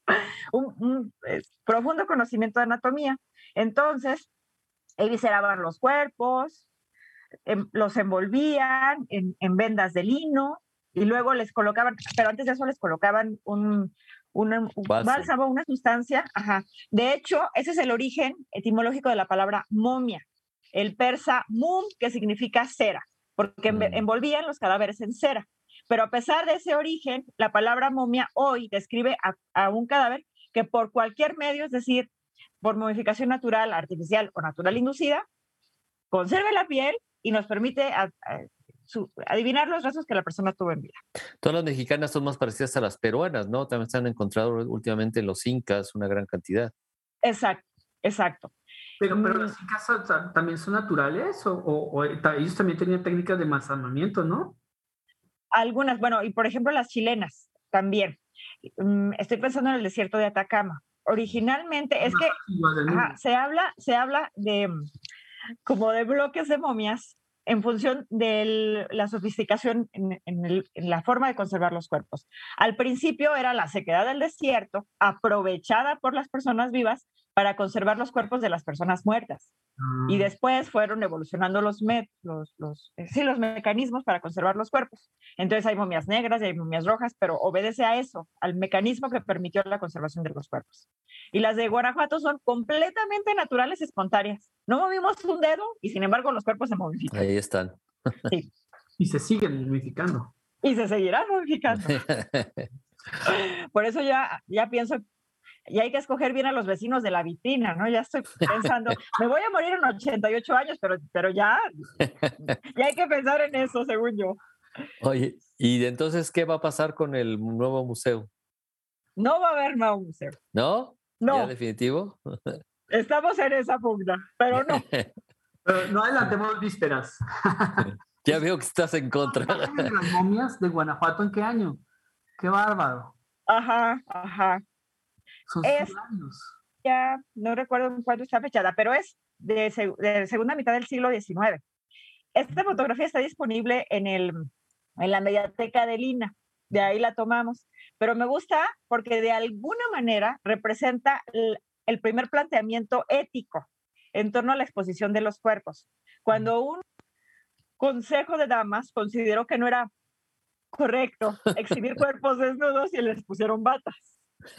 Un profundo conocimiento de anatomía. Entonces, evisceraban los cuerpos, los envolvían en vendas de lino y luego les colocaban, pero antes de eso les colocaban un bálsamo, una sustancia. Ajá. De hecho, ese es el origen etimológico de la palabra momia, el persa mum, que significa cera, porque envolvían los cadáveres en cera. Pero a pesar de ese origen, la palabra momia hoy describe a un cadáver que por cualquier medio, es decir, por modificación natural, artificial o natural inducida, conserve la piel y nos permite adivinar los rasgos que la persona tuvo en vida. Todas las mexicanas son más parecidas a las peruanas, ¿no? También se han encontrado últimamente en los incas una gran cantidad. Exacto. Pero las incas también son naturales o ellos también tenían técnicas de embalsamamiento, ¿no? Algunas, bueno, y por ejemplo las chilenas también. Estoy pensando en el desierto de Atacama. Originalmente es que se habla de como de bloques de momias en función de la sofisticación en la forma de conservar los cuerpos. Al principio era la sequedad del desierto, aprovechada por las personas vivas para conservar los cuerpos de las personas muertas. Y después fueron evolucionando los mecanismos para conservar los cuerpos. Entonces hay momias negras y hay momias rojas, pero obedece a eso, al mecanismo que permitió la conservación de los cuerpos. Y las de Guanajuato son completamente naturales y espontáneas. No movimos un dedo y sin embargo los cuerpos se modifican. Ahí están. Sí. Y se siguen modificando. Y se seguirán modificando. Por eso ya pienso, y hay que escoger bien a los vecinos de la vitrina, ¿no? Ya estoy pensando, me voy a morir en 88 años, pero ya hay que pensar en eso, según yo. Oye, ¿y entonces qué va a pasar con el nuevo museo? No va a haber nuevo museo. ¿No? No. ¿Ya definitivo? Estamos en esa pugna, pero no. Pero no adelantemos vísperas. Ya veo que estás en contra. ¿Las momias de Guanajuato en qué año? ¡Qué bárbaro! Ajá. Son años. Ya no recuerdo en cuánto está fechada, pero es de segunda mitad del siglo XIX. Esta fotografía está disponible en la Mediateca de Lina, de ahí la tomamos, pero me gusta porque de alguna manera representa el primer planteamiento ético en torno a la exposición de los cuerpos. Cuando un consejo de damas consideró que no era correcto exhibir cuerpos desnudos y les pusieron batas.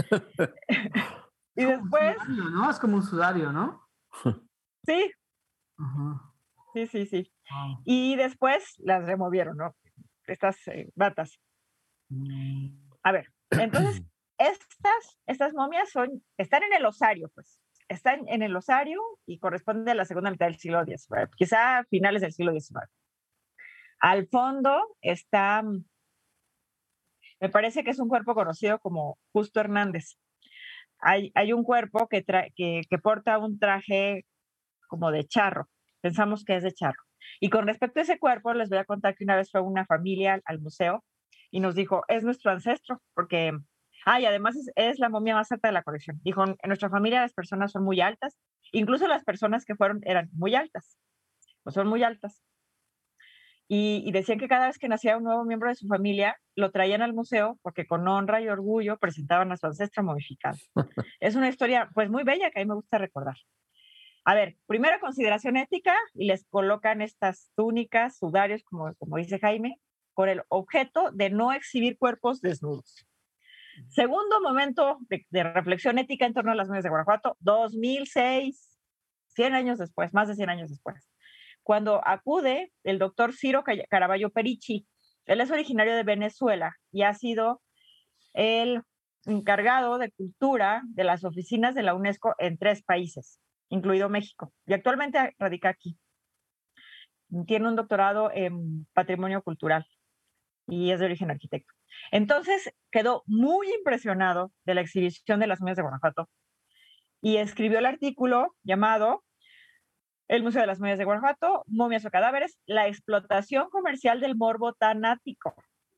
Y después... Sudario, ¿no? Es como un sudario, ¿no? Sí. Uh-huh. Sí. Wow. Y después las removieron, ¿no? Estas batas. A ver, entonces, estas momias están en el osario, pues. Están en el osario y corresponden a la segunda mitad del siglo XIX, quizá finales del siglo XIX. Al fondo está, me parece que es un cuerpo conocido como Justo Hernández. Hay un cuerpo que porta un traje como de charro. Pensamos que es de charro. Y con respecto a ese cuerpo, les voy a contar que una vez fue una familia al museo y nos dijo, es nuestro ancestro, porque, y además es la momia más alta de la colección. Dijo, en nuestra familia las personas son muy altas, incluso las personas que fueron eran muy altas, pues son muy altas. Y decían que cada vez que nacía un nuevo miembro de su familia, lo traían al museo porque con honra y orgullo presentaban a su ancestro momificado. Es una historia pues muy bella que a mí me gusta recordar. A ver, primera consideración ética, y les colocan estas túnicas, sudarios, como dice Jaime, con el objeto de no exhibir cuerpos desnudos. Segundo momento de reflexión ética en torno a las momias de Guanajuato, 2006, 100 años después, más de 100 años después, cuando acude el doctor Ciro Caraballo Perichi. Él es originario de Venezuela y ha sido el encargado de cultura de las oficinas de la UNESCO en 3 países, incluido México, y actualmente radica aquí. Tiene un doctorado en patrimonio cultural y es de origen arquitecto. Entonces quedó muy impresionado de la exhibición de las momias de Guanajuato y escribió el artículo llamado El Museo de las Momias de Guanajuato, momias o cadáveres, la explotación comercial del morbo tanático.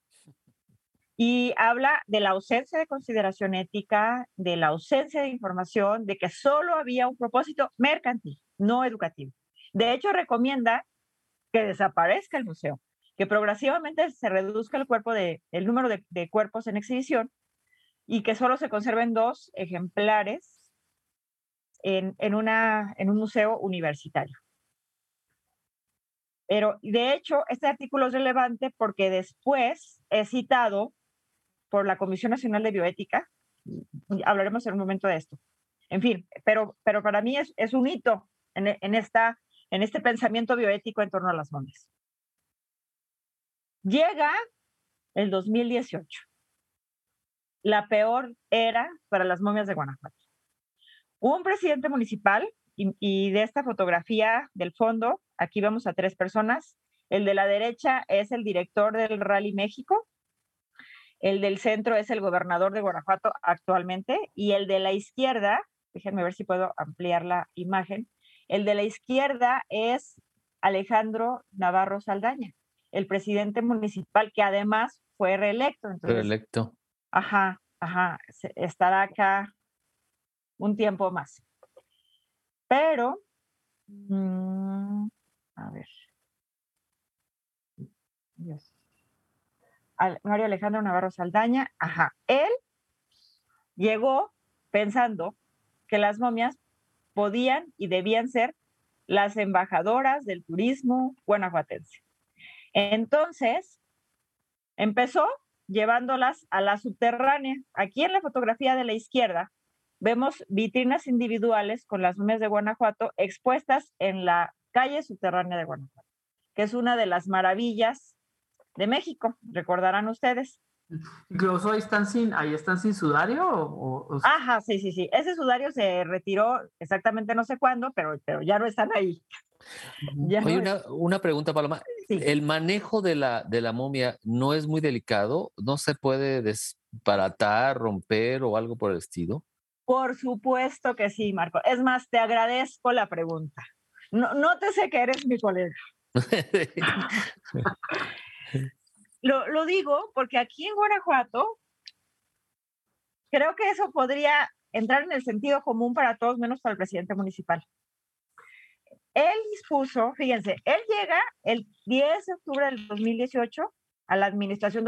Y habla de la ausencia de consideración ética, de la ausencia de información, de que solo había un propósito mercantil, no educativo. De hecho, recomienda que desaparezca el museo, que progresivamente se reduzca el número de cuerpos en exhibición y que solo se conserven 2 ejemplares en un museo universitario. Pero, de hecho, este artículo es relevante porque después es citado por la Comisión Nacional de Bioética. Hablaremos en un momento de esto. En fin, pero para mí es un hito en este pensamiento bioético en torno a las momias. Llega el 2018, la peor era para las momias de Guanajuato. Hubo un presidente municipal y de esta fotografía del fondo, aquí vemos a 3 personas. El de la derecha es el director del Rally México. El del centro es el gobernador de Guanajuato actualmente, y el de la izquierda, déjenme ver si puedo ampliar la imagen, el de la izquierda es Alejandro Navarro Saldaña, el presidente municipal que además fue reelecto. Entonces, reelecto. Ajá, estará acá un tiempo más. Pero, a ver. Dios. Mario Alejandro Navarro Saldaña, él llegó pensando que las momias podían y debían ser las embajadoras del turismo guanajuatense. Entonces, empezó llevándolas a la subterránea. Aquí en la fotografía de la izquierda vemos vitrinas individuales con las momias de Guanajuato expuestas en la calle subterránea de Guanajuato, que es una de las maravillas de México, recordarán ustedes. Incluso ahí están sin sudario. Ajá, sí. Ese sudario se retiró exactamente no sé cuándo, pero ya no están ahí. Oye, una pregunta, Paloma. Sí. ¿El manejo de la momia no es muy delicado? ¿No se puede desbaratar, romper o algo por el estilo? Por supuesto que sí, Marco. Es más, te agradezco la pregunta. No te sé que eres mi colega. Lo digo porque aquí en Guanajuato creo que eso podría entrar en el sentido común para todos, menos para el presidente municipal. Él dispuso, fíjense, él llega el 10 de octubre del 2018 a la administración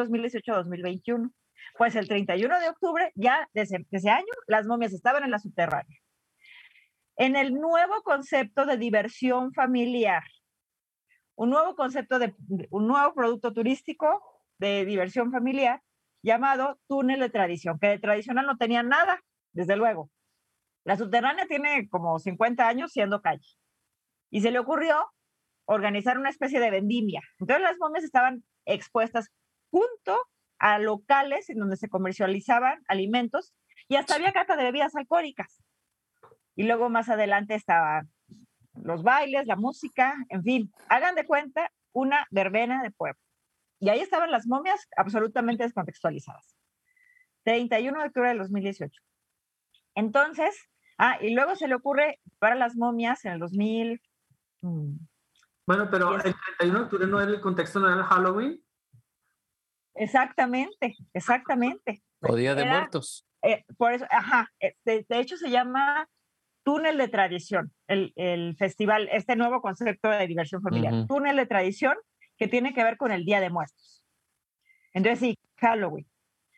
2018-2021. Pues el 31 de octubre, ya desde ese año, las momias estaban en la subterránea. en el nuevo concepto de diversión familiar. Un nuevo producto turístico de diversión familiar llamado Túnel de Tradición, que de tradicional no tenía nada, desde luego. La subterránea tiene como 50 años siendo calle. Y se le ocurrió organizar una especie de vendimia. Entonces las momias estaban expuestas junto a locales en donde se comercializaban alimentos y hasta había cata de bebidas alcohólicas. Y luego más adelante estaban los bailes, la música, en fin, hagan de cuenta una verbena de pueblo. Y ahí estaban las momias absolutamente descontextualizadas. 31 de octubre de 2018. Entonces, y luego se le ocurre para las momias en el 2000. Bueno, pero el 31 de octubre no era el contexto, no era el Halloween. Exactamente. O Día de Muertos. Por eso, de hecho se llama Túnel de Tradición, el festival, este nuevo concepto de diversión familiar. Túnel de Tradición, que tiene que ver con el Día de Muertos. Entonces sí, Halloween.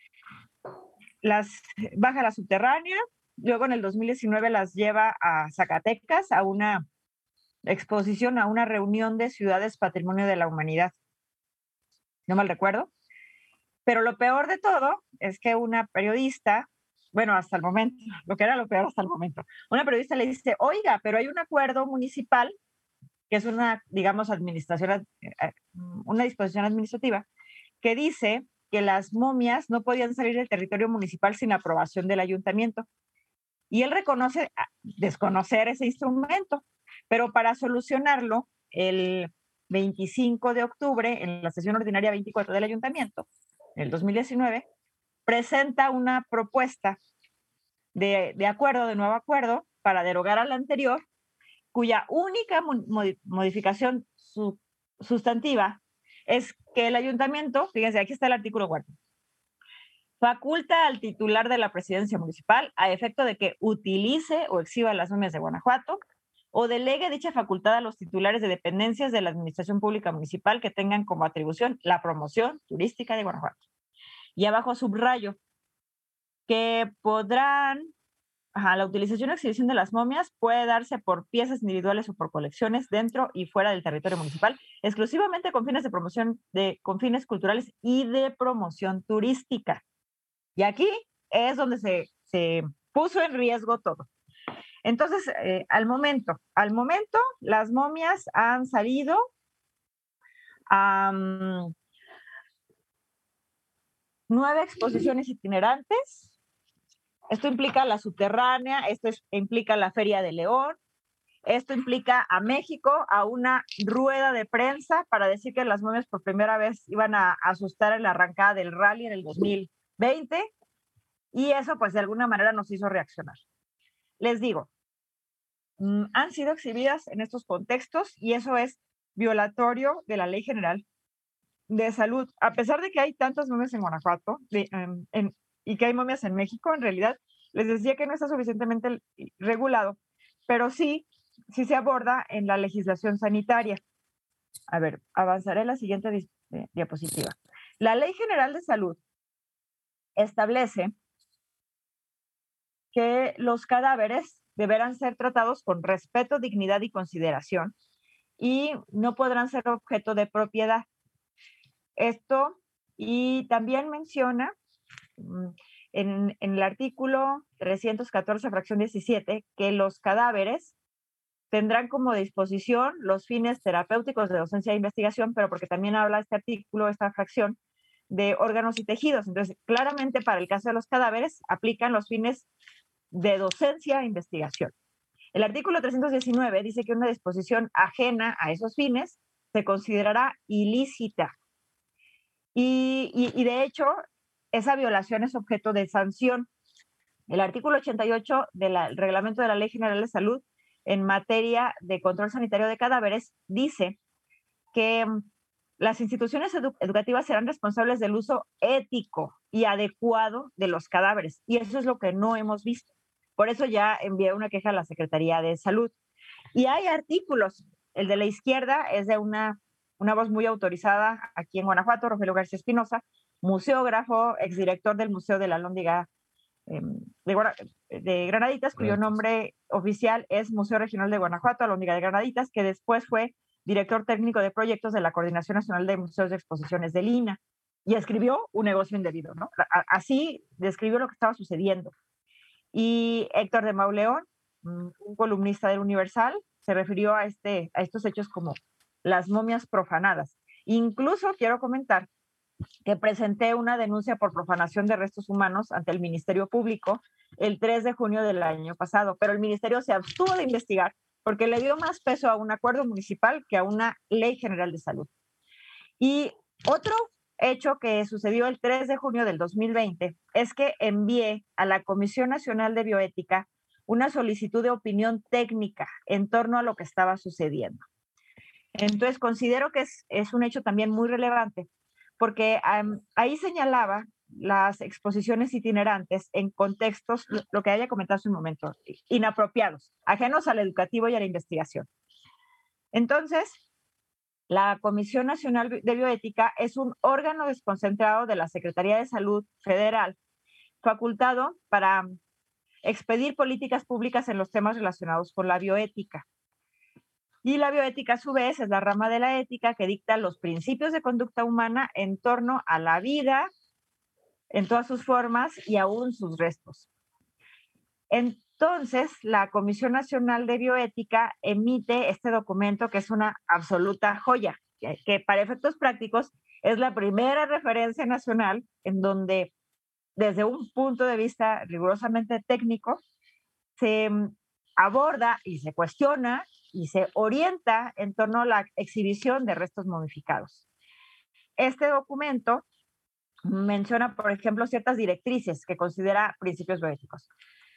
Baja a la subterránea, luego en el 2019 las lleva a Zacatecas a una exposición, a una reunión de ciudades Patrimonio de la Humanidad. No mal recuerdo. Pero lo peor de todo es que una periodista, bueno, hasta el momento, lo que era lo peor hasta el momento, una periodista le dice, oiga, pero hay un acuerdo municipal, que es una, digamos, una disposición administrativa, que dice que las momias no podían salir del territorio municipal sin aprobación del ayuntamiento. Y él reconoce desconocer ese instrumento, pero para solucionarlo, el 25 de octubre, en la sesión ordinaria 24 del ayuntamiento, en el 2019, presenta una propuesta de nuevo acuerdo, para derogar al anterior, cuya única modificación sustantiva es que el ayuntamiento, fíjense, aquí está el artículo 4, faculta al titular de la presidencia municipal a efecto de que utilice o exhiba las momias de Guanajuato o delegue dicha facultad a los titulares de dependencias de la administración pública municipal que tengan como atribución la promoción turística de Guanajuato. Y abajo subrayo que podrán, la utilización o exhibición de las momias puede darse por piezas individuales o por colecciones dentro y fuera del territorio municipal, exclusivamente con fines de promoción, con fines culturales y de promoción turística. Y aquí es donde se puso en riesgo todo. Entonces, al momento, las momias han salido a 9 exposiciones itinerantes. Esto implica la subterránea, implica la Feria de León, esto implica a México, a una rueda de prensa para decir que las momias por primera vez iban a asustar en la arrancada del rally en el 2020, y eso pues de alguna manera nos hizo reaccionar. Les digo, han sido exhibidas en estos contextos y eso es violatorio de la Ley General de Salud. A pesar de que hay tantas momias en Guanajuato y que hay momias en México, en realidad les decía que no está suficientemente regulado, pero sí se aborda en la legislación sanitaria. A ver, avanzaré a la siguiente diapositiva. La Ley General de Salud establece que los cadáveres deberán ser tratados con respeto, dignidad y consideración y no podrán ser objeto de propiedad. Esto, y también menciona en el artículo 314, fracción 17, que los cadáveres tendrán como disposición los fines terapéuticos de docencia e investigación, pero porque también habla este artículo, esta fracción, de órganos y tejidos. Entonces, claramente para el caso de los cadáveres aplican los fines de docencia e investigación. El artículo 319 dice que una disposición ajena a esos fines se considerará ilícita. Y de hecho, esa violación es objeto de sanción. El artículo 88 del Reglamento de la Ley General de Salud en materia de control sanitario de cadáveres dice que las instituciones educativas serán responsables del uso ético y adecuado de los cadáveres. Y eso es lo que no hemos visto. Por eso ya envié una queja a la Secretaría de Salud. Y hay artículos. El de la izquierda es de una voz muy autorizada aquí en Guanajuato, Rogelio García Espinosa, museógrafo, exdirector del Museo de la Alhóndiga de Granaditas, cuyo nombre oficial es Museo Regional de Guanajuato, Alhóndiga de Granaditas, que después fue director técnico de proyectos de la Coordinación Nacional de Museos de Exposiciones del INAH, y escribió Un negocio indebido, ¿no? Así describió lo que estaba sucediendo. Y Héctor de Mauleón, un columnista del Universal, se refirió a estos hechos como las momias profanadas. Incluso quiero comentar que presenté una denuncia por profanación de restos humanos ante el Ministerio Público el 3 de junio del año pasado, pero el Ministerio se abstuvo de investigar porque le dio más peso a un acuerdo municipal que a una ley general de salud. Y otro hecho que sucedió el 3 de junio del 2020 es que envié a la Comisión Nacional de Bioética una solicitud de opinión técnica en torno a lo que estaba sucediendo. Entonces, considero que es un hecho también muy relevante, porque ahí señalaba las exposiciones itinerantes en contextos, lo que haya comentado hace un momento, inapropiados, ajenos al educativo y a la investigación. Entonces, la Comisión Nacional de Bioética es un órgano desconcentrado de la Secretaría de Salud Federal, facultado para expedir políticas públicas en los temas relacionados con la bioética. Y la bioética, a su vez, es la rama de la ética que dicta los principios de conducta humana en torno a la vida, en todas sus formas y aún sus restos. Entonces, la Comisión Nacional de Bioética emite este documento que es una absoluta joya, que para efectos prácticos es la primera referencia nacional en donde, desde un punto de vista rigurosamente técnico, se aborda y se cuestiona y se orienta en torno a la exhibición de restos momificados. Este documento menciona, por ejemplo, ciertas directrices que considera principios bioéticos.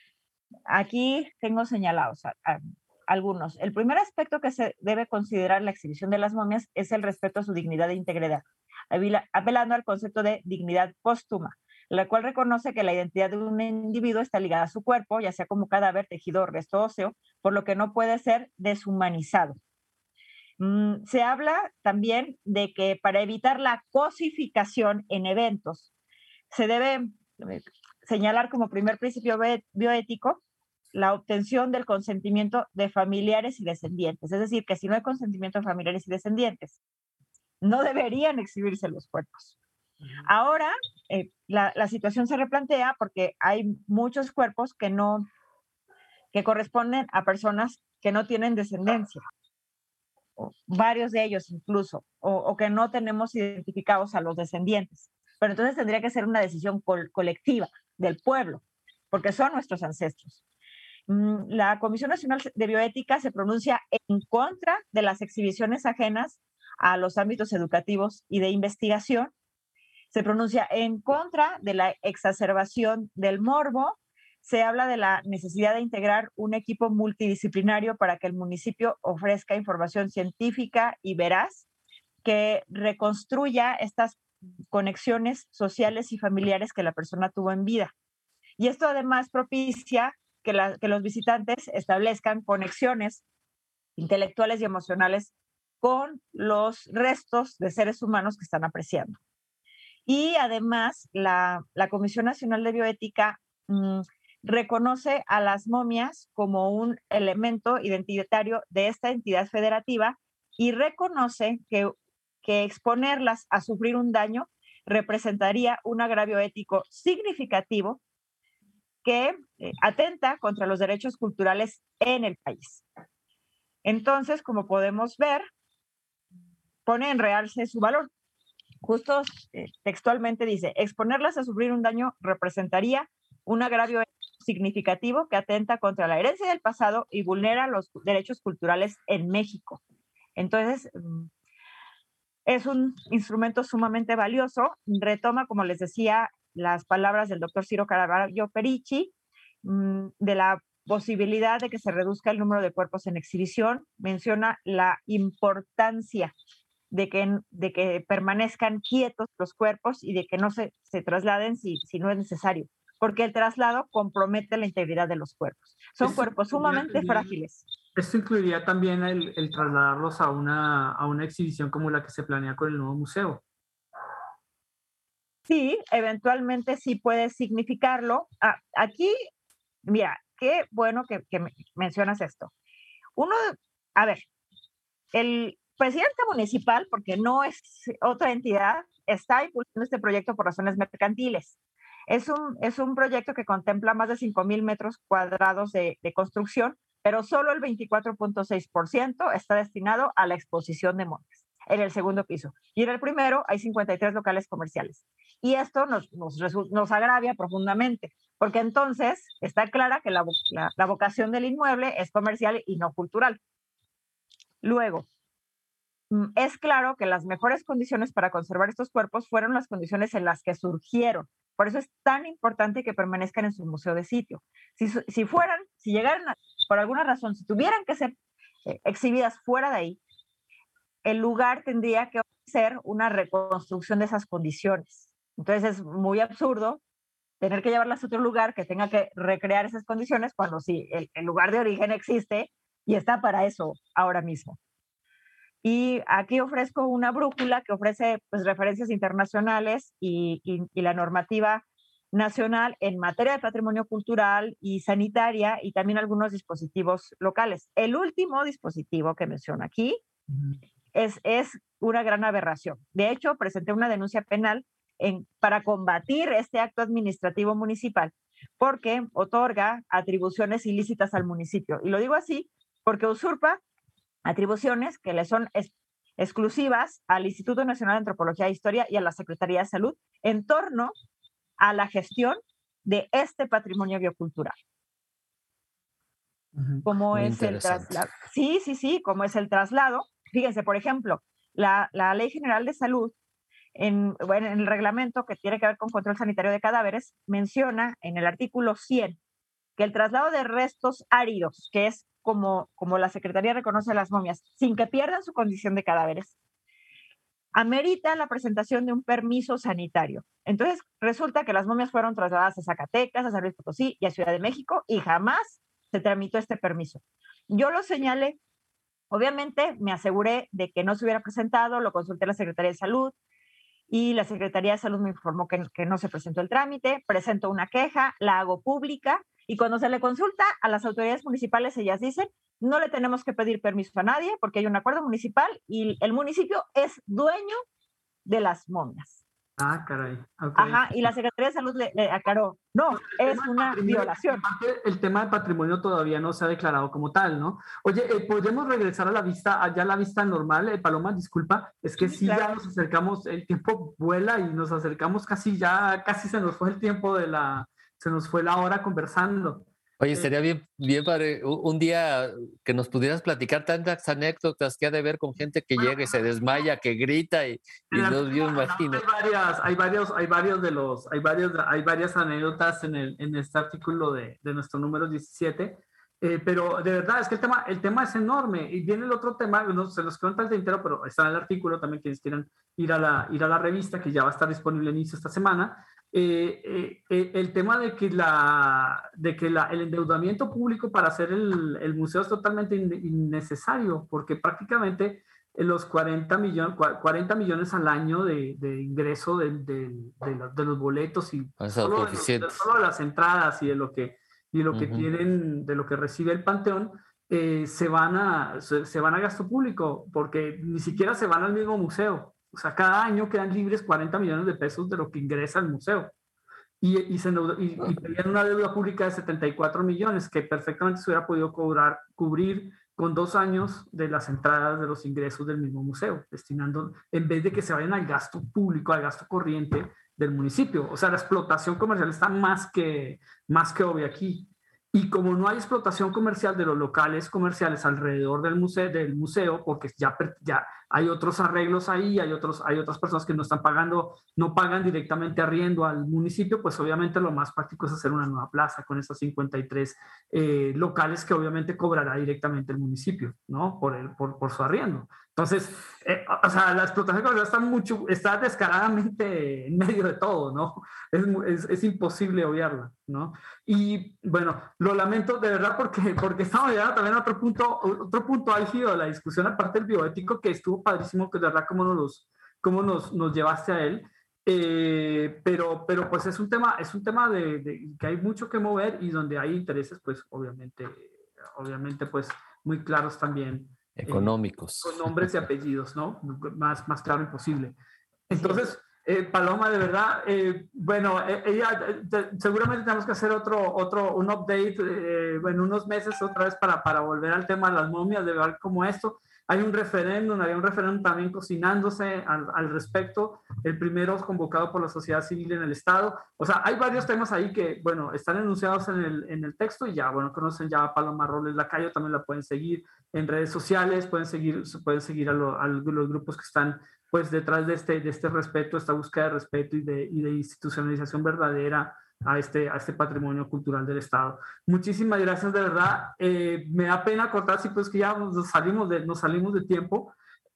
Aquí tengo señalados algunos. El primer aspecto que se debe considerar en la exhibición de las momias es el respeto a su dignidad e integridad, apelando al concepto de dignidad póstuma, la cual reconoce que la identidad de un individuo está ligada a su cuerpo, ya sea como cadáver, tejido o resto óseo, por lo que no puede ser deshumanizado. Se habla también de que para evitar la cosificación en eventos, se debe señalar como primer principio bioético la obtención del consentimiento de familiares y descendientes. Es decir, que si no hay consentimiento de familiares y descendientes, no deberían exhibirse los cuerpos. Ahora, la situación se replantea porque hay muchos cuerpos que corresponden a personas que no tienen descendencia, varios de ellos incluso, o que no tenemos identificados a los descendientes. Pero entonces tendría que ser una decisión colectiva del pueblo, porque son nuestros ancestros. La Comisión Nacional de Bioética se pronuncia en contra de las exhibiciones ajenas a los ámbitos educativos y de investigación. Se pronuncia en contra de la exacerbación del morbo. Se habla de la necesidad de integrar un equipo multidisciplinario para que el municipio ofrezca información científica y veraz que reconstruya estas conexiones sociales y familiares que la persona tuvo en vida. Y esto además propicia que los visitantes establezcan conexiones intelectuales y emocionales con los restos de seres humanos que están apreciando. Y además, la Comisión Nacional de Bioética reconoce a las momias como un elemento identitario de esta entidad federativa y reconoce que exponerlas a sufrir un daño representaría un agravio ético significativo que atenta contra los derechos culturales en el país. Entonces, como podemos ver, pone en realce su valor. Justo textualmente dice, exponerlas a sufrir un daño representaría un agravio significativo que atenta contra la herencia del pasado y vulnera los derechos culturales en México. Entonces, es un instrumento sumamente valioso. Retoma, como les decía, las palabras del doctor Ciro Caraballo Perichi, de la posibilidad de que se reduzca el número de cuerpos en exhibición. Menciona la importancia de que permanezcan quietos los cuerpos y de que no se trasladen si no es necesario, porque el traslado compromete la integridad de los cuerpos. Son cuerpos sumamente frágiles. Esto incluiría también el trasladarlos a una exhibición como la que se planea con el nuevo museo. Sí, eventualmente sí puede significarlo. Aquí, mira, qué bueno que mencionas esto. A ver, el presidente municipal, porque no es otra entidad, está impulsando este proyecto por razones mercantiles. Es un proyecto que contempla más de 5,000 metros cuadrados de construcción, pero solo el 24.6% está destinado a la exposición de momias en el segundo piso. Y en el primero hay 53 locales comerciales. Y esto nos agravia profundamente, porque entonces está clara que la vocación del inmueble es comercial y no cultural. Luego, es claro que las mejores condiciones para conservar estos cuerpos fueron las condiciones en las que surgieron. Por eso es tan importante que permanezcan en su museo de sitio. Si llegaran, por alguna razón, si tuvieran que ser exhibidas fuera de ahí, el lugar tendría que hacer una reconstrucción de esas condiciones. Entonces es muy absurdo tener que llevarlas a otro lugar que tenga que recrear esas condiciones cuando sí, el lugar de origen existe y está para eso ahora mismo. Y aquí ofrezco una brújula que ofrece pues, referencias internacionales y la normativa nacional en materia de patrimonio cultural y sanitaria y también algunos dispositivos locales. El último dispositivo que menciono aquí es una gran aberración. De hecho, presenté una denuncia penal para combatir este acto administrativo municipal porque otorga atribuciones ilícitas al municipio. Y lo digo así porque usurpa atribuciones que le son exclusivas al Instituto Nacional de Antropología e Historia y a la Secretaría de Salud en torno a la gestión de este patrimonio biocultural. ¿Cómo es el traslado? Sí, ¿cómo es el traslado? Fíjense, por ejemplo, la Ley General de Salud, en el reglamento que tiene que ver con control sanitario de cadáveres, menciona en el artículo 100 que el traslado de restos áridos, que es como la Secretaría reconoce las momias, sin que pierdan su condición de cadáveres, amerita la presentación de un permiso sanitario. Entonces, resulta que las momias fueron trasladadas a Zacatecas, a San Luis Potosí y a Ciudad de México y jamás se tramitó este permiso. Yo lo señalé, obviamente me aseguré de que no se hubiera presentado, lo consulté a la Secretaría de Salud y la Secretaría de Salud me informó que no se presentó el trámite, presentó una queja, la hago pública. Y cuando se le consulta a las autoridades municipales, ellas dicen, no le tenemos que pedir permiso a nadie porque hay un acuerdo municipal y el municipio es dueño de las momias. Ah, caray. Okay. Ajá, y la Secretaría de Salud le aclaró, no, es una violación. El tema de patrimonio todavía no se ha declarado como tal, ¿no? Oye, ¿podemos regresar a la vista normal? Paloma, disculpa, es que sí, claro. Ya nos acercamos, el tiempo vuela y nos acercamos casi se nos fue el tiempo se nos fue la hora conversando. Oye, sería bien padre un día que nos pudieras platicar tantas anécdotas que ha de ver con gente que llega y se desmaya, que grita y yo imagino. Hay varias anécdotas en este artículo de nuestro número 17, pero de verdad es que el tema es enorme y viene el otro tema, se los cuenta el tintero, pero está en el artículo también quienes quieran ir a la revista que ya va a estar disponible en inicio esta semana. El tema de que el endeudamiento público para hacer el museo es totalmente innecesario, porque prácticamente los 40 millones al año de ingreso de los boletos y solo de las entradas y de lo que tienen, de lo que recibe el Panteón, se van a gasto público, porque ni siquiera se van al mismo museo. O sea, cada año quedan libres 40 millones de pesos de lo que ingresa al museo. Y pedían una deuda pública de 74 millones que perfectamente se hubiera podido cubrir con 2 años de las entradas de los ingresos del mismo museo, destinando, en vez de que se vayan al gasto público, al gasto corriente del municipio. O sea, la explotación comercial está más que obvia aquí. Y como no hay explotación comercial de los locales comerciales alrededor del museo, porque ya hay otros arreglos ahí, hay otras personas que no pagan directamente arriendo al municipio, pues obviamente lo más práctico es hacer una nueva plaza con esas 53 locales que obviamente cobrará directamente el municipio, ¿no? Por su arriendo. Entonces, o sea, la explotación comercial está descaradamente en medio de todo, ¿no? Es imposible obviarla, ¿no? Y bueno, lo lamento de verdad porque estamos llegando también a otro punto álgido de la discusión, aparte del bioético, que estuvo padrísimo, que de verdad cómo nos llevaste a él. pero pues es un tema de que hay mucho que mover y donde hay intereses, pues obviamente pues muy claros también. Económicos. Con nombres y apellidos, ¿no? Más claro imposible. Entonces, Paloma, de verdad, bueno, seguramente tenemos que hacer un update en unos meses otra vez para volver al tema de las momias, de ver cómo esto. Había un referéndum también cocinándose al respecto, el primero convocado por la sociedad civil en el Estado. O sea, hay varios temas ahí que, bueno, están enunciados en el texto y ya, bueno, conocen ya a Paloma Robles Lacayo, también la pueden seguir en redes sociales, pueden seguir a los grupos que están pues detrás de este respeto, esta búsqueda de respeto y de institucionalización verdadera a este patrimonio cultural del Estado. Muchísimas gracias, de verdad. Me da pena cortar, sí, pues que ya nos salimos de tiempo.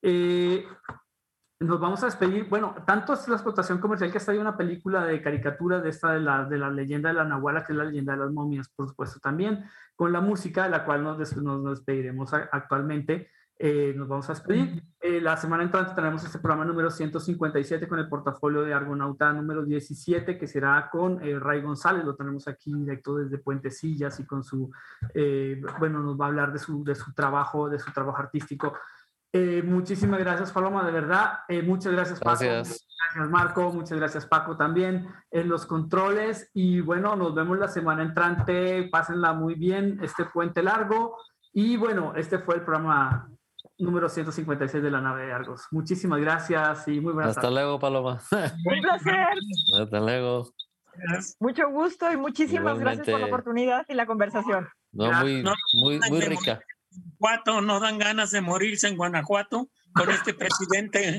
Nos vamos a despedir. Bueno, tanto es la explotación comercial que hasta hay una película de caricatura de la leyenda de la Nahuala, que es la leyenda de las momias, por supuesto, también, con la música de la cual nos despediremos actualmente. Nos vamos a despedir. La semana entrante tenemos este programa número 157 con el portafolio de Argonauta número 17, que será con Ray González. Lo tenemos aquí directo desde Puentecillas y con su, bueno, nos va a hablar de su trabajo artístico. Muchísimas gracias, Paloma, de verdad. Muchas gracias, Paco. Gracias. Muchas gracias, Marco. Muchas gracias, Paco, también en los controles. Y bueno, nos vemos la semana entrante. Pásenla muy bien, este puente largo. Y bueno, este fue el programa número 156 de la Nave de Argos. Muchísimas gracias y muy buenas tardes. Hasta luego, Paloma. Un placer. Hasta luego. Mucho gusto y muchísimas gracias por la oportunidad y la conversación. No, muy rica. Guanajuato, no dan ganas de morirse en Guanajuato con este presidente.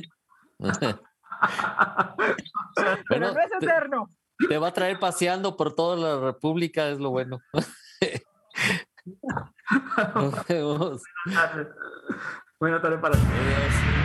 Pero no es eterno. Te va a traer paseando por toda la República, es lo bueno. Nos vemos. Buenas tardes para ti. Adiós.